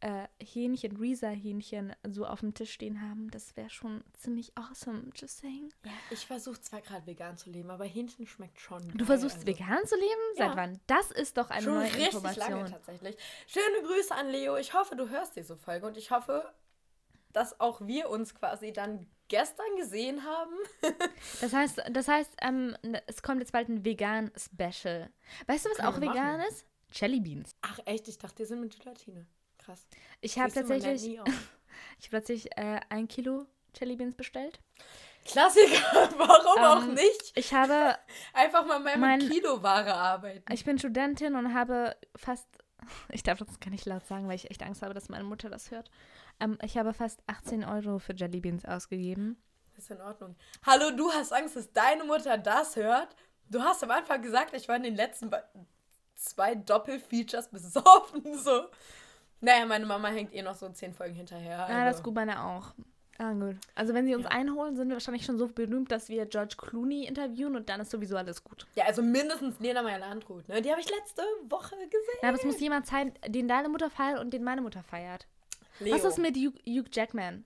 äh, Hähnchen, Reza-Hähnchen so auf dem Tisch stehen haben, das wäre schon ziemlich awesome, just saying. Ja, ich versuche zwar gerade vegan zu leben, aber Hähnchen schmeckt schon geil. Du versuchst also. vegan zu leben? Seit Ja. wann? Das ist doch eine Schon neue richtig Information. lange tatsächlich. Schöne Grüße an Leo. Ich hoffe, du hörst diese Folge und ich hoffe, dass auch wir uns quasi dann gestern gesehen haben. Das heißt, das heißt ähm, es kommt jetzt bald ein Vegan-Special. Weißt du, was Können auch wir vegan machen. ist? Jelly Beans. Ach echt, ich dachte, die sind mit Gelatine. Krass. Ich habe Siehst du, man lernt tatsächlich, nie aus. ich habe tatsächlich äh, ein Kilo Jelly Beans bestellt. Klassiker, warum Ähm, auch nicht? Ich habe, Einfach mal mit mein- Kiloware arbeiten. ich bin Studentin und habe fast, ich darf das gar nicht laut sagen, weil ich echt Angst habe, dass meine Mutter das hört. Ähm, ich habe fast achtzehn Euro für Jelly Beans ausgegeben. Das ist in Ordnung. Hallo, du hast Angst, dass deine Mutter das hört? Du hast am Anfang gesagt, ich war in den letzten be- zwei Doppelfeatures besoffen. So. Naja, meine Mama hängt eh noch so zehn Folgen hinterher. Ja, Also. das ist gut, meine auch. Ah, gut. Also wenn sie uns Ja. einholen, sind wir wahrscheinlich schon so berühmt, dass wir George Clooney interviewen und dann ist sowieso alles gut. Ja, also mindestens Lena Meyer-Landrut, ne? Die habe ich letzte Woche gesehen. Ja, aber es muss jemand sein, den deine Mutter feiert und den meine Mutter feiert. Leo. Was ist mit Hugh, Hugh Jackman?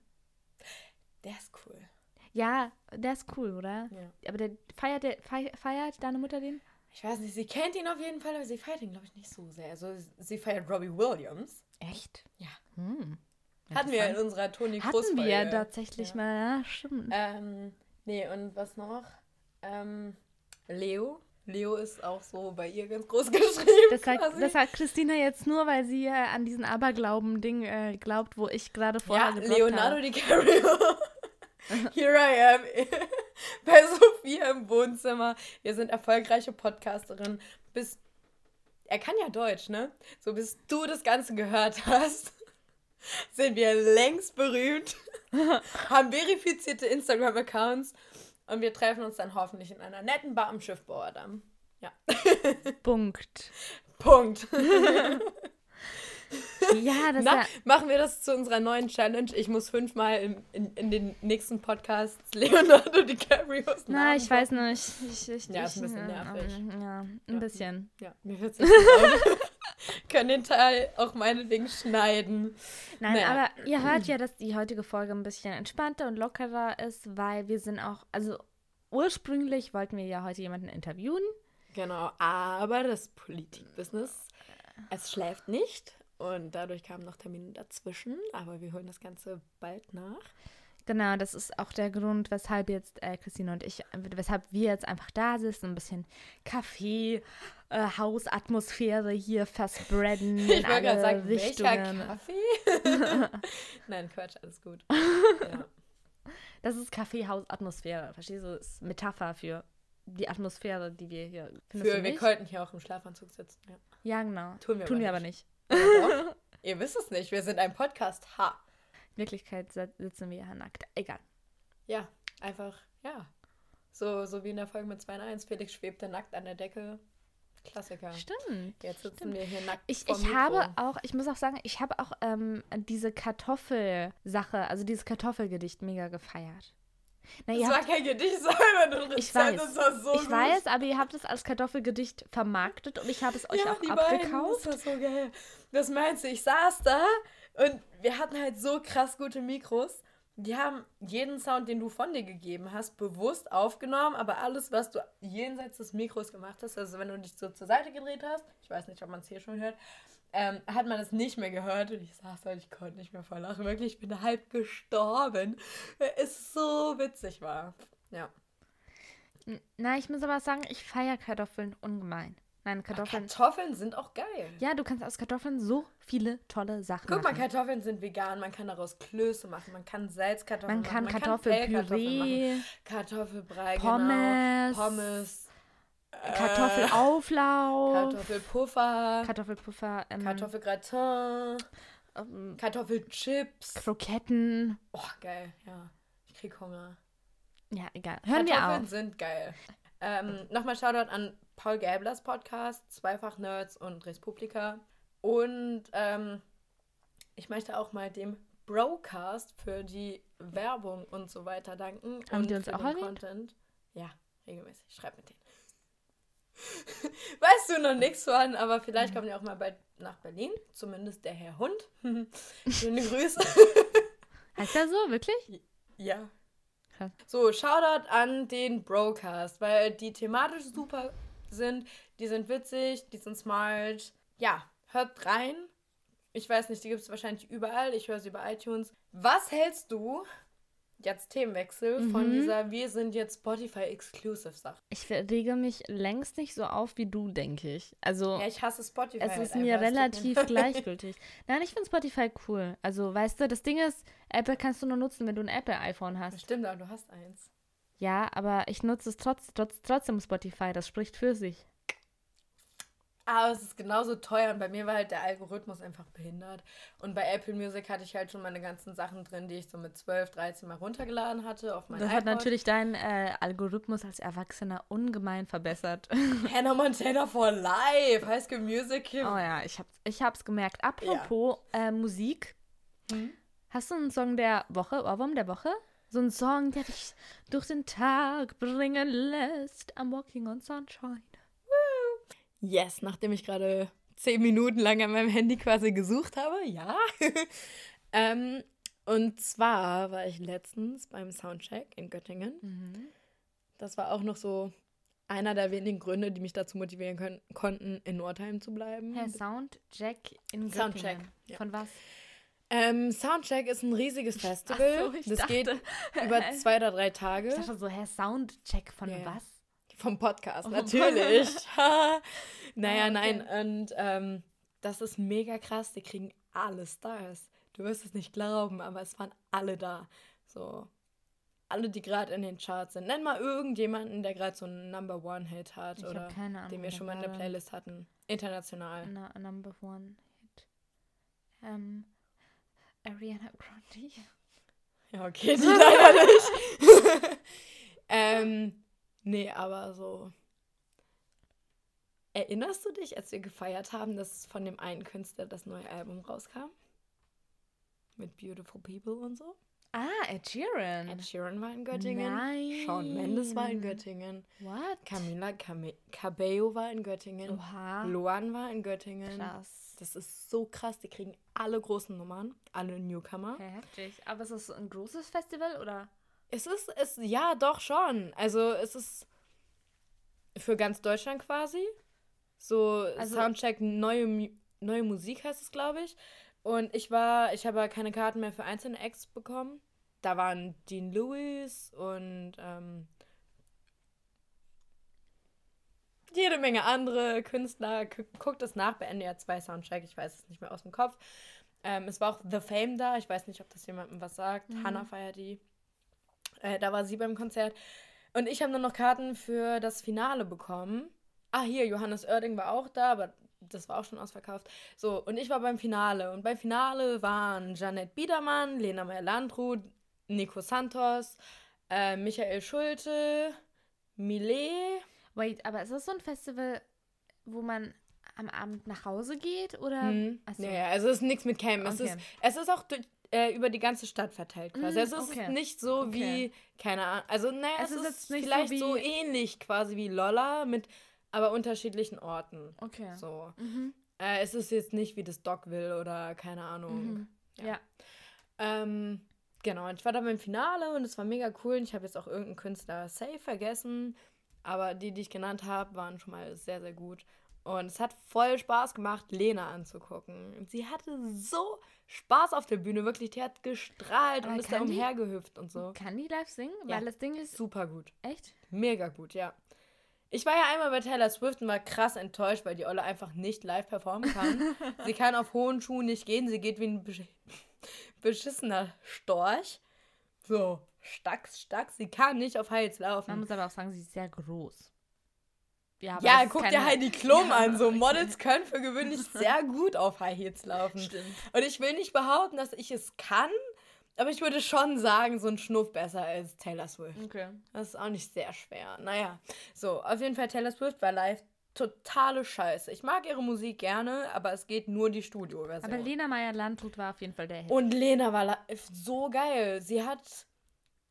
Der ist cool. Ja, der ist cool, oder? Ja. Aber der feiert, der fei- feiert deine Mutter den? Ich weiß nicht, sie kennt ihn auf jeden Fall, aber sie feiert ihn, glaube ich, nicht so sehr. Also sie feiert Robbie Williams. Echt? Ja. Hm. Hatten wir in unserer Toni Kroos Hatten wir Folge. tatsächlich Ja. mal, ja, stimmt. Ähm, nee, und was noch? Ähm, Leo. Leo ist auch so bei ihr ganz groß geschrieben. Das sagt, quasi. das sagt Christina jetzt nur, weil sie äh, an diesen Aberglauben-Ding äh, glaubt, wo ich gerade vorher ja, gedroppt Leonardo habe. DiCaprio. Here I am. Bei Sophia im Wohnzimmer. Wir sind erfolgreiche Podcasterinnen. Bis, er kann ja Deutsch, ne? So bis du das Ganze gehört hast, sind wir längst berühmt, haben verifizierte Instagram-Accounts und wir treffen uns dann hoffentlich in einer netten Bar am Schiffbauerdamm. Ja. Punkt. Punkt. Ja, das Na, ist ja, machen wir das zu unserer neuen Challenge. Ich muss fünfmal in, in, in den nächsten Podcasts Leonardo DiCaprios na, Namen ich weiß nicht. Ich, ich, Ja, ich, ist ein bisschen nervig. ähm, Ja, ein Ja. bisschen. Ja, mir wird's nicht auf. Können den Teil auch meinetwegen schneiden. Nein, Naja. aber ihr hört ja, dass die heutige Folge ein bisschen entspannter und lockerer ist, weil wir sind auch, also ursprünglich wollten wir ja heute jemanden interviewen. Genau, aber das Politikbusiness, es schläft nicht. Und dadurch kamen noch Termine dazwischen. Aber wir holen das Ganze bald nach. Genau, das ist auch der Grund, weshalb jetzt äh, Christine und ich, weshalb wir jetzt einfach da sitzen, ein bisschen Kaffee, äh, Hausatmosphäre hier verspreaden in Ich wollte alle gerade sagen, Richtungen. welcher Kaffee? Nein, Quatsch, alles gut. Ja. Das ist Kaffeehausatmosphäre, verstehst du? Das ist Metapher für die Atmosphäre, die wir hier. Findest Für, du wir nicht? könnten hier auch im Schlafanzug sitzen. Ja. Ja, genau. Tun wir Tun aber wir nicht. aber nicht. Ja, doch. Ihr wisst es nicht, wir sind ein Podcast. Ha. In Wirklichkeit se- sitzen wir ja nackt. Egal. Ja, einfach, ja. So, so wie in der Folge mit zwei in eins. Felix schwebte nackt an der Decke. Klassiker. Stimmt. Jetzt sitzen stimmt. wir hier nackt Ich, vorm ich Mikro. habe auch, ich muss auch sagen, ich habe auch ähm, diese Kartoffelsache, also dieses Kartoffelgedicht mega gefeiert. Na, Das ihr war habt, kein Gedicht, sondern ein Rezept. Ich weiß. Das war so ich gut. weiß, aber ihr habt es als Kartoffelgedicht vermarktet und ich habe es euch ja, auch die abgekauft. Beiden, das war so geil. Das meinst du, ich saß da und wir hatten halt so krass gute Mikros. Die haben jeden Sound, den du von dir gegeben hast, bewusst aufgenommen, aber alles, was du jenseits des Mikros gemacht hast, also wenn du dich so zur Seite gedreht hast, ich weiß nicht, ob man es hier schon hört, ähm, hat man es nicht mehr gehört und ich saß da und ich konnte nicht mehr vor Lachen. Wirklich, ich bin halb gestorben, weil es so witzig war. Ja. N- Na, ich muss aber sagen, ich feiere Kartoffeln ungemein. Nein, Kartoffeln. Kartoffeln sind auch geil. Ja, du kannst aus Kartoffeln so viele tolle Sachen Guck mal, machen. Kartoffeln sind vegan, man kann daraus Klöße machen, man kann Salzkartoffeln Man kann machen, man kann Pellkartoffeln Kartoffelpüree, machen, Kartoffelbrei, Pommes, genau, Pommes, äh, Kartoffelauflauf, Kartoffelpuffer, Kartoffelpuffer, ähm, Kartoffelgratin, ähm, Kartoffelchips. Kroketten. Oh, geil, ja. Ich krieg Hunger. Ja, egal. Hören wir Kartoffeln auf. sind geil. Ähm, Nochmal Shoutout an Paul Gäblers Podcast, Zweifach Nerds und Respublika. Und ähm, ich möchte auch mal dem Brocast für die Werbung und so weiter danken. Haben und die uns für auch den erwähnt? Content. Ja, regelmäßig. Schreib mit denen. Weißt du noch nichts von, aber vielleicht kommt ihr auch mal bei, nach Berlin. Zumindest der Herr Hund. Schöne Grüße. Heißt er so, wirklich? Ja. Krass. So, Shoutout an den Brocast, weil die thematisch super sind. Die sind witzig, die sind smart. Ja, hört rein. Ich weiß nicht, die gibt es wahrscheinlich überall. Ich höre sie über iTunes. Was hältst du, jetzt Themenwechsel, mhm. von dieser Wir sind jetzt Spotify-Exclusive-Sache? Ich rege mich längst nicht so auf wie du, denke ich. Also, ja, ich hasse Spotify. Es ist halt mir einfach. relativ gleichgültig. Nein, ich finde Spotify cool. Also, weißt du, das Ding ist, Apple kannst du nur nutzen, wenn du ein Apple-iPhone hast. Das stimmt, aber du hast eins. Ja, aber ich nutze es trotz, trotz, trotzdem Spotify. Das spricht für sich. Aber es ist genauso teuer und bei mir war halt der Algorithmus einfach behindert. Und bei Apple Music hatte ich halt schon meine ganzen Sachen drin, die ich so mit zwölf, dreizehn Mal runtergeladen hatte auf mein Das iPod. hat natürlich deinen äh, Algorithmus als Erwachsener ungemein verbessert. Hannah Montana for Life, High School Musical. Oh ja, ich hab's, ich hab's gemerkt. Apropos ja. äh, Musik. Hm? Hast du einen Song der Woche, Ohrwurm der Woche? So ein Song, der dich durch den Tag bringen lässt. I'm walking on sunshine. Yes, nachdem ich gerade zehn Minuten lang an meinem Handy quasi gesucht habe, ja. ähm, und zwar war ich letztens beim Soundcheck in Göttingen. Mhm. Das war auch noch so einer der wenigen Gründe, die mich dazu motivieren können, konnten, in Nordheim zu bleiben. Herr Soundcheck in Göttingen. Soundcheck, ja. Von was? Ähm, Soundcheck ist ein riesiges Festival. So, das dachte, geht über zwei oder drei Tage. Ich dachte so, Herr Soundcheck von ja, was? Vom Podcast, oh. natürlich. naja, oh, okay. nein. Und ähm, das ist mega krass. Die kriegen alle Stars. Du wirst es nicht glauben, aber es waren alle da. So, alle, die gerade in den Charts sind. Nenn mal irgendjemanden, der gerade so einen Number One Hit hat. Ich oder keine Ahnung, den wir schon mal in der Playlist hatten. International. Na, Number One Hit. Ähm, Ariana Grande. Ja, okay, die leider nicht. ähm... Nee, aber so. Erinnerst du dich, als wir gefeiert haben, dass von dem einen Künstler das neue Album rauskam? Mit Beautiful People und so? Ah, Ed Sheeran. Ed Sheeran war in Göttingen. Nein. Shawn Mendes war in Göttingen. What? Camila Cabello war in Göttingen. Oha. Luan war in Göttingen. Krass. Das ist so krass. Die kriegen alle großen Nummern. Alle Newcomer. Heftig. Aber ist das ein großes Festival, oder? Es ist, es, ja, doch schon. Also es ist für ganz Deutschland quasi. So also, Soundcheck neue, neue Musik heißt es, glaube ich. Und ich war, ich habe keine Karten mehr für einzelne Acts bekommen. Da waren Dean Lewis und ähm, jede Menge andere Künstler. Guckt es nach bei N D R zwei Soundcheck, ich weiß es nicht mehr aus dem Kopf. Ähm, es war auch The Fame da, ich weiß nicht, ob das jemandem was sagt. Mhm. Hannah feiert die. Äh, da war sie beim Konzert. Und ich habe nur noch Karten für das Finale bekommen. Ah, hier, Johannes Oerding war auch da, aber das war auch schon ausverkauft. So, und ich war beim Finale. Und beim Finale waren Jeanette Biedermann, Lena Meyer-Landrut, Nico Santos, äh, Michael Schulte, Millet. Wait, aber ist das so ein Festival, wo man am Abend nach Hause geht? Oder? Hm. Achso. Ja, ja, also es ist nichts mit Camp. Okay. Es, ist, es ist auch durch, äh, über die ganze Stadt verteilt quasi. Mm, also es okay. ist nicht so okay. wie, keine Ahnung, also naja, es, es ist, ist nicht vielleicht so, wie so ähnlich quasi wie Lolla, mit aber unterschiedlichen Orten. Okay. So. Mhm. Äh, es ist jetzt nicht wie das Dogville oder keine Ahnung. Mhm. Ja. ja. Ähm, genau, und ich war da beim Finale und es war mega cool. Und ich habe jetzt auch irgendeinen Künstler safe vergessen. Aber die, die ich genannt habe, waren schon mal sehr, sehr gut. Und es hat voll Spaß gemacht, Lena anzugucken. Und sie hatte so Spaß auf der Bühne, wirklich. Die hat gestrahlt aber und ist da umhergehüpft und so. Kann die live singen? Ja, weil das Ding ist super gut. Echt? Mega gut, ja. Ich war ja einmal bei Taylor Swift und war krass enttäuscht, weil die Olle einfach nicht live performen kann. Sie kann auf hohen Schuhen nicht gehen. Sie geht wie ein besch- beschissener Storch. So, stacks, stacks. Sie kann nicht auf Heils laufen. Man muss aber auch sagen, sie ist sehr groß. Ja, ja guck keine... dir Heidi Klum ja, an. So Models können für gewöhnlich sehr gut auf High Heels laufen. Stimmt. Und ich will nicht behaupten, dass ich es kann, aber ich würde schon sagen, so ein Schnuff besser als Taylor Swift. Okay. Das ist auch nicht sehr schwer. Naja, so, auf jeden Fall Taylor Swift war live totale Scheiße. Ich mag ihre Musik gerne, aber es geht nur die Studioversion. Aber Lena Meyer-Landrut war auf jeden Fall der Hit. Und Lena war live so geil. Sie hat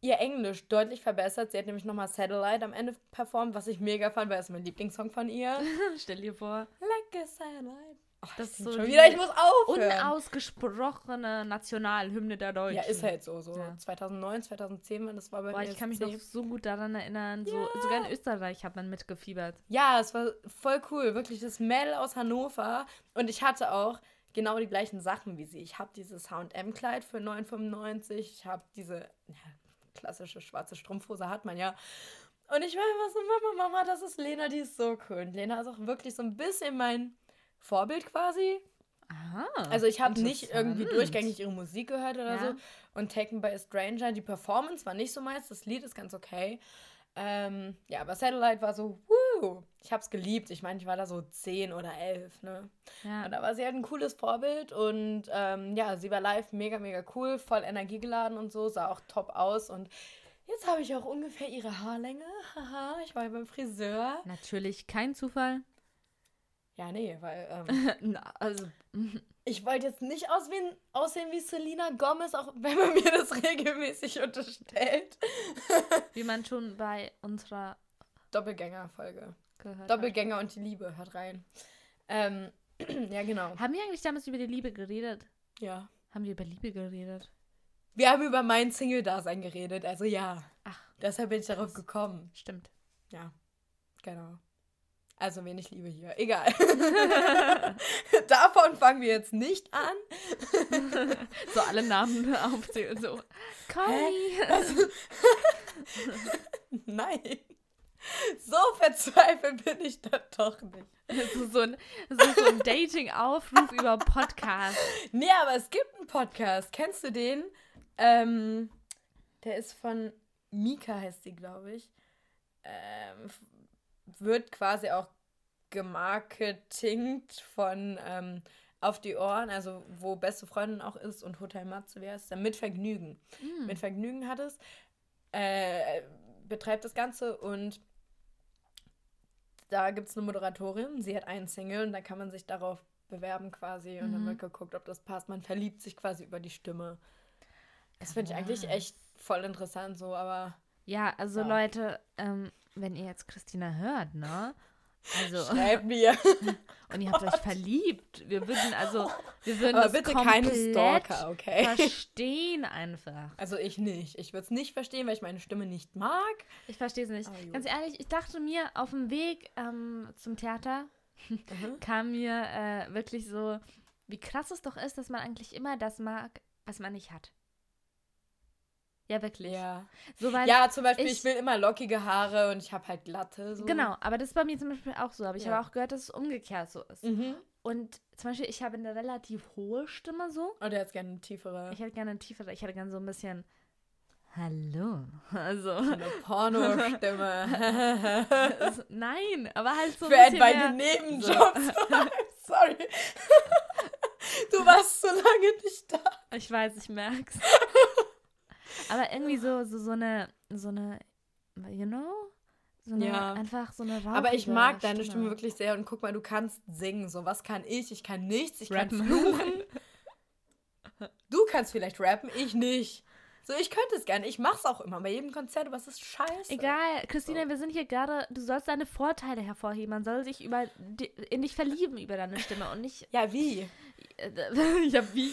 ihr Englisch deutlich verbessert. Sie hat nämlich nochmal Satellite am Ende performt, was ich mega fand, weil es mein Lieblingssong von ihr. Stell dir vor. Like a Satellite. Oh, Das ist so schon die wieder, ich muss aufhören. Unausgesprochene Nationalhymne der Deutschen. Ja, ist halt so. so. Ja. zweitausendneun, zweitausendzehn, das war bei Boah, mir ich kann mich zehn. noch so gut daran erinnern. So, Ja. sogar in Österreich hat man mitgefiebert. Ja, es war voll cool. Wirklich das Mädel aus Hannover. Und ich hatte auch genau die gleichen Sachen wie sie. Ich habe dieses H und M-Kleid für neun fünfundneunzig. Ich habe diese ja, klassische schwarze Strumpfhose, hat man ja. Und ich war immer so, Mama, Mama, das ist Lena, die ist so cool. Und Lena ist auch wirklich so ein bisschen mein Vorbild quasi. Aha. Also ich habe nicht interessant. irgendwie durchgängig ihre Musik gehört oder Ja. so. Und Taken by a Stranger, die Performance war nicht so meins. Das Lied ist ganz okay. Ähm, ja, aber Satellite war so, wuh, ich hab's geliebt. Ich meine, ich war da so zehn oder elf, ne? Ja. Und da war sie halt ein cooles Vorbild und ähm, ja, sie war live mega, mega cool, voll energiegeladen und so, sah auch top aus und jetzt habe ich auch ungefähr ihre Haarlänge. Haha, ich war ja beim Friseur. Natürlich kein Zufall. Ja, nee, weil ähm, Na, also, ich wollte jetzt nicht aussehen, aussehen wie Selena Gomez, auch wenn man mir das regelmäßig unterstellt. wie man schon bei unserer Doppelgänger-Folge. gehört Doppelgänger und die Liebe, hört rein. Ähm, ja, genau. hat. Haben wir eigentlich damals über die Liebe geredet? Ja. Haben wir über Liebe geredet? Wir haben über mein Single-Dasein geredet, also ja. Ach, Deshalb bin ich darauf gekommen. stimmt. Ja, genau. Also wenig Liebe hier. Egal. Davon fangen wir jetzt nicht an. So alle Namen aufzählen. So, Conny. Nein. So verzweifelt bin ich da doch nicht. Das ist so ein, das ist so ein Dating-Aufruf über Podcast. Nee, aber es gibt einen Podcast. Kennst du den? Ähm, der ist von Mika, heißt sie, glaube ich. Ähm, wird quasi auch gemarketingt von ähm, Auf die Ohren, also wo Beste Freundin auch ist und Hotel Matze, wer ist der? Mit Vergnügen. Hm. Mit Vergnügen hat es. Äh, betreibt das Ganze und da gibt es eine Moderatorin, sie hat einen Single und da kann man sich darauf bewerben quasi und Mhm. dann wird geguckt, ob das passt. Man verliebt sich quasi über die Stimme. Das finde ich Krass. eigentlich echt voll interessant so, aber Ja, also Ja. Leute, ähm, wenn ihr jetzt Christina hört, ne? Also, schreibt mir. und ihr habt euch verliebt. Wir würden also, wir würden Aber das bitte komplett keine Stalker, okay? verstehen einfach. Also ich nicht. Ich würde es nicht verstehen, weil ich meine Stimme nicht mag. Ich verstehe es nicht. Ah, gut. Ganz ehrlich, ich dachte mir auf dem Weg ähm, zum Theater Mhm. kam mir äh, wirklich so, wie krass es doch ist, dass man eigentlich immer das mag, was man nicht hat. Ja, wirklich. Ja. So, weil Ja, zum Beispiel, ich, ich- will immer lockige Haare und ich habe halt glatte. So. Genau, aber das ist bei mir zum Beispiel auch so. Aber ich Ja. habe auch gehört, dass es umgekehrt so ist. Mhm. Und zum Beispiel, ich habe eine relativ hohe Stimme so. Und er hat gerne eine tiefere. Ich hätte gerne eine tiefere, ich hätte gerne so ein bisschen Hallo. Also, Eine Pornostimme. es- nein, aber halt so ein Für bisschen etwaige mehr, Nebenjobs. Sorry. Du warst so lange nicht da. ich weiß, ich merk's. Aber irgendwie so, so, so eine, so eine, you know? So eine, Ja. einfach so eine Aber ich rauchige mag deine Stimme wirklich sehr und guck mal, du kannst singen. So, was kann ich? Ich kann nichts. Ich kann Rappen. fluchen. Du kannst vielleicht rappen, ich nicht. So, ich könnte es gerne. Ich mach's auch immer bei jedem Konzert, aber es ist scheiße. Egal, Christina, So. wir sind hier gerade, du sollst deine Vorteile hervorheben. Man soll sich über di- in dich verlieben über deine Stimme und nicht. Ja, wie? Ich hab wie.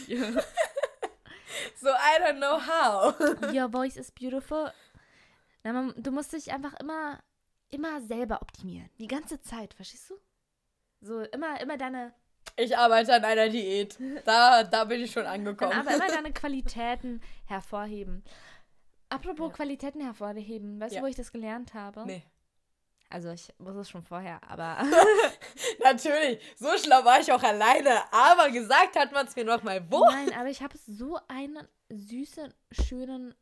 So, I don't know how. Your voice is beautiful. Na, man, du musst dich einfach immer, immer selber optimieren. Die ganze Zeit, verstehst du? So, immer, immer deine, Ich arbeite an einer Diät. Da, da bin ich schon angekommen. aber immer deine Qualitäten hervorheben. Apropos Ja. Qualitäten hervorheben, weißt Ja. du, wo ich das gelernt habe? Nee. Also ich wusste es schon vorher, aber Natürlich. So schlau war ich auch alleine. Aber gesagt hat man es mir nochmal. Wo? nein, aber ich habe so einen süßen, schönen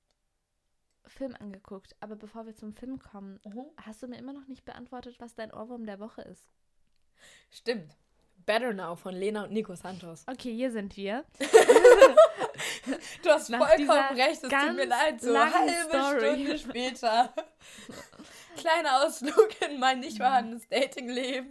Film angeguckt. Aber bevor wir zum Film kommen, hast du mir immer noch nicht beantwortet, was dein Ohrwurm der Woche ist. Stimmt. Better Now von Lena und Nico Santos. Okay, hier sind wir. Du hast Nach vollkommen dieser recht. Es tut ganz mir leid. So langen halbe Story. Stunde später. Kleiner Ausflug in mein nicht vorhandenes Datingleben.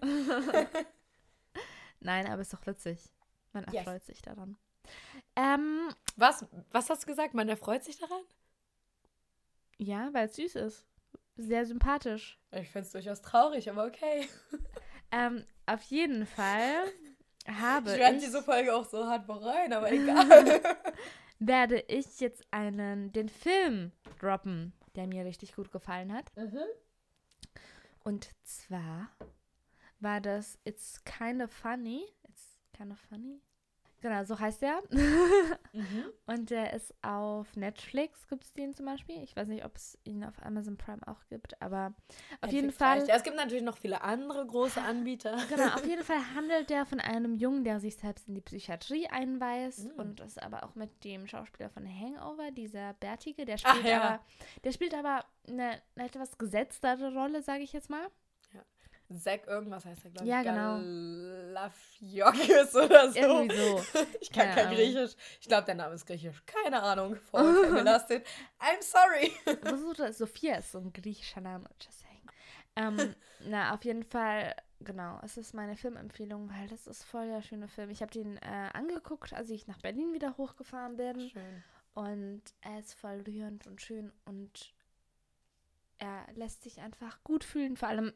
Nein, aber ist doch witzig. Man Yes. erfreut sich daran. Ähm, Was, was hast du gesagt? Man erfreut sich daran? Ja, weil es süß ist. Sehr sympathisch. Ich finde es durchaus traurig, aber okay. Ähm, auf jeden Fall habe Ich ich... werde diese Folge auch so hart bereuen, aber egal. werde ich jetzt einen, den Film droppen, der mir richtig gut gefallen hat. Mhm. Und zwar war das It's Kinda Funny. It's Kinda Funny. Genau, so heißt der. Mhm. Und der ist auf Netflix, gibt es den zum Beispiel. Ich weiß nicht, ob es ihn auf Amazon Prime auch gibt, aber auf jeden Netflix Fall... reicht. Ja, es gibt natürlich noch viele andere große Anbieter. Genau, auf jeden Fall handelt der von einem Jungen, der sich selbst in die Psychiatrie einweist Mhm. und ist aber auch mit dem Schauspieler von Hangover, dieser Bärtige, der spielt Ach, ja. aber, der spielt aber eine, eine etwas gesetztere Rolle, sage ich jetzt mal. Zack irgendwas heißt er, glaube ich. Ja, genau. Galafiokis oder so. Irgendwie so. Ich kann Keine kein Ahnung. Griechisch. Ich glaube, der Name ist griechisch. Keine Ahnung. Vorurteil belastet. I'm sorry. So, Sophia ist so ein griechischer Name. Just saying. Ähm, na, auf jeden Fall, genau, es ist meine Filmempfehlung, weil das ist voll der schöne Film. Ich habe den äh, angeguckt, als ich nach Berlin wieder hochgefahren bin. Schön. Und er ist voll rührend und schön und er lässt sich einfach gut fühlen, vor allem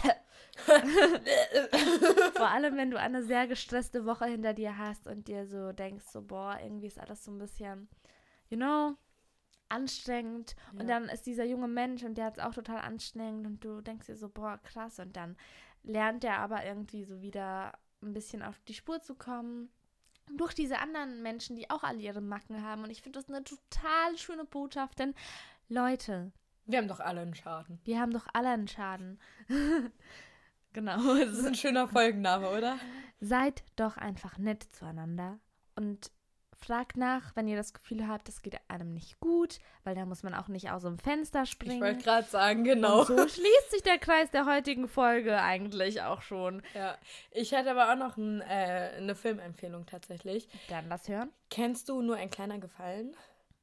vor allem, wenn du eine sehr gestresste Woche hinter dir hast und dir so denkst, so boah, irgendwie ist alles so ein bisschen, you know, anstrengend. Ja. Und dann ist dieser junge Mensch und der hat es auch total anstrengend und du denkst dir so, boah, krass. Und dann lernt er aber irgendwie so wieder ein bisschen auf die Spur zu kommen. Durch diese anderen Menschen, die auch alle ihre Macken haben. Und ich finde das eine total schöne Botschaft, denn Leute, Wir haben doch alle einen Schaden. wir haben doch alle einen Schaden. Genau. Das ist ein schöner Folgenname, oder? Seid doch einfach nett zueinander und fragt nach, wenn ihr das Gefühl habt, das geht einem nicht gut, weil da muss man auch nicht aus dem Fenster springen. Ich wollte gerade sagen, genau. Und so schließt sich der Kreis der heutigen Folge eigentlich auch schon. Ja. Ich hätte aber auch noch ein, äh, eine Filmempfehlung tatsächlich. Dann lass hören. Kennst du Nur ein kleiner Gefallen?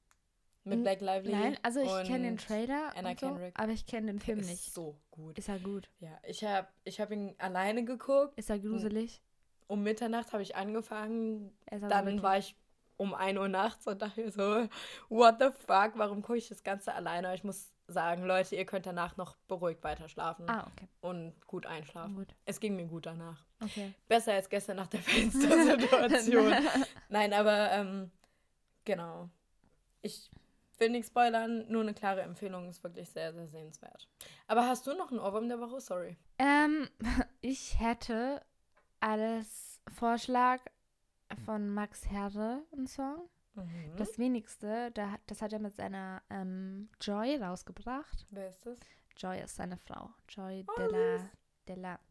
Mit N- Blake Lively? Nein, also ich und kenne den Trailer, Anna und so, Kendrick. aber ich kenne den Film Ist nicht. so gut. Ist er gut? Ja, ich habe ich hab ihn alleine geguckt. Ist er gruselig? Um Mitternacht habe ich angefangen. Ist er Dann so war ich um ein Uhr nachts und dachte mir so, what the fuck, warum gucke ich das Ganze alleine? Ich muss sagen, Leute, ihr könnt danach noch beruhigt weiter schlafen Ah, okay. und gut einschlafen. Gut. Es ging mir gut danach. Okay. Besser als gestern nach der Fenstersituation. Nein, aber ähm, genau. Ich will nichts spoilern, nur eine klare Empfehlung, ist wirklich sehr, sehr sehenswert. Aber hast du noch einen Ohrwurm der Woche? Sorry. Ähm, ich hätte als Vorschlag von Max Herre einen Song. Mhm. Das wenigste, da, das hat er mit seiner ähm, Joy rausgebracht. Wer ist das? Joy ist seine Frau. Joy Oh, della, süß. della,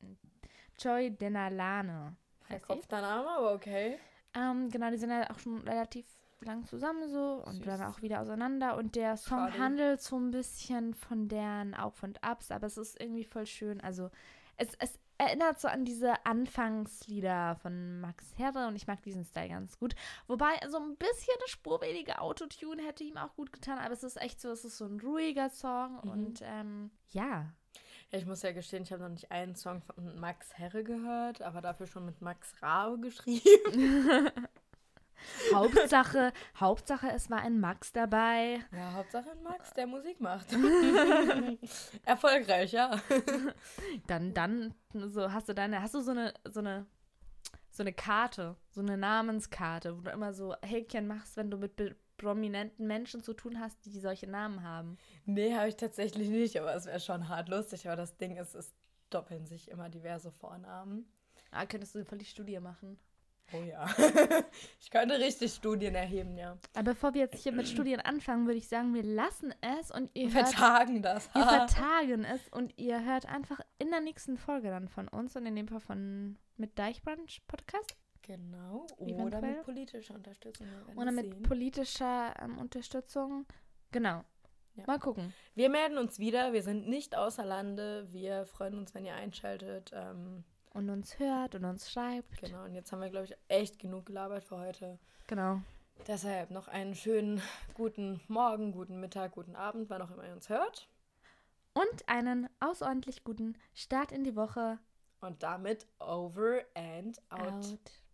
Joy Denalane heißt sie. Kopf dein Name, aber okay. Ähm, genau, die sind ja auch schon relativ lang zusammen so und Süß. dann auch wieder auseinander. Und der Song Schade. handelt so ein bisschen von deren Auf und Abs, aber es ist irgendwie voll schön. Also es, es erinnert so an diese Anfangslieder von Max Herre und ich mag diesen Style ganz gut. Wobei so ein bisschen eine Spur weniger Autotune hätte ihm auch gut getan, aber es ist echt so, es ist so ein ruhiger Song Mhm. und ähm, ja. Ja, ich muss ja gestehen, ich habe noch nicht einen Song von Max Herre gehört, aber dafür schon mit Max Rabe geschrieben. Hauptsache, Hauptsache, es war ein Max dabei. Ja, Hauptsache ein Max, der Musik macht. Erfolgreich, ja. Dann, dann, so hast du deine, hast du so eine, so eine, so eine Karte, so eine Namenskarte, wo du immer so Häkchen machst, wenn du mit be- prominenten Menschen zu tun hast, die solche Namen haben. Nee, habe ich tatsächlich nicht, aber es wäre schon hart lustig. Aber das Ding ist, es doppeln sich immer diverse Vornamen. Ah, könntest du voll die Studie machen. Oh ja. Ich könnte richtig Studien erheben, ja. Aber bevor wir jetzt hier mit Studien anfangen, würde ich sagen, wir lassen es und ihr hört, Vertagen das. wir vertagen es und ihr hört einfach in der nächsten Folge dann von uns und in dem Fall von mit Deichbrunch Podcast. Genau. Oder Eventuell. mit politischer Unterstützung. wir werden Oder es mit sehen. politischer ähm, Unterstützung. Genau. Ja. Mal gucken. Wir melden uns wieder. Wir sind nicht außer Lande. Wir freuen uns, wenn ihr einschaltet. Ähm, Und uns hört und uns schreibt. genau. Und jetzt haben wir, glaube ich, echt genug gelabert für heute. Genau. Deshalb noch einen schönen guten Morgen, guten Mittag, guten Abend, wann auch immer ihr uns hört. Und einen außerordentlich guten Start in die Woche. Und damit over and out. Out.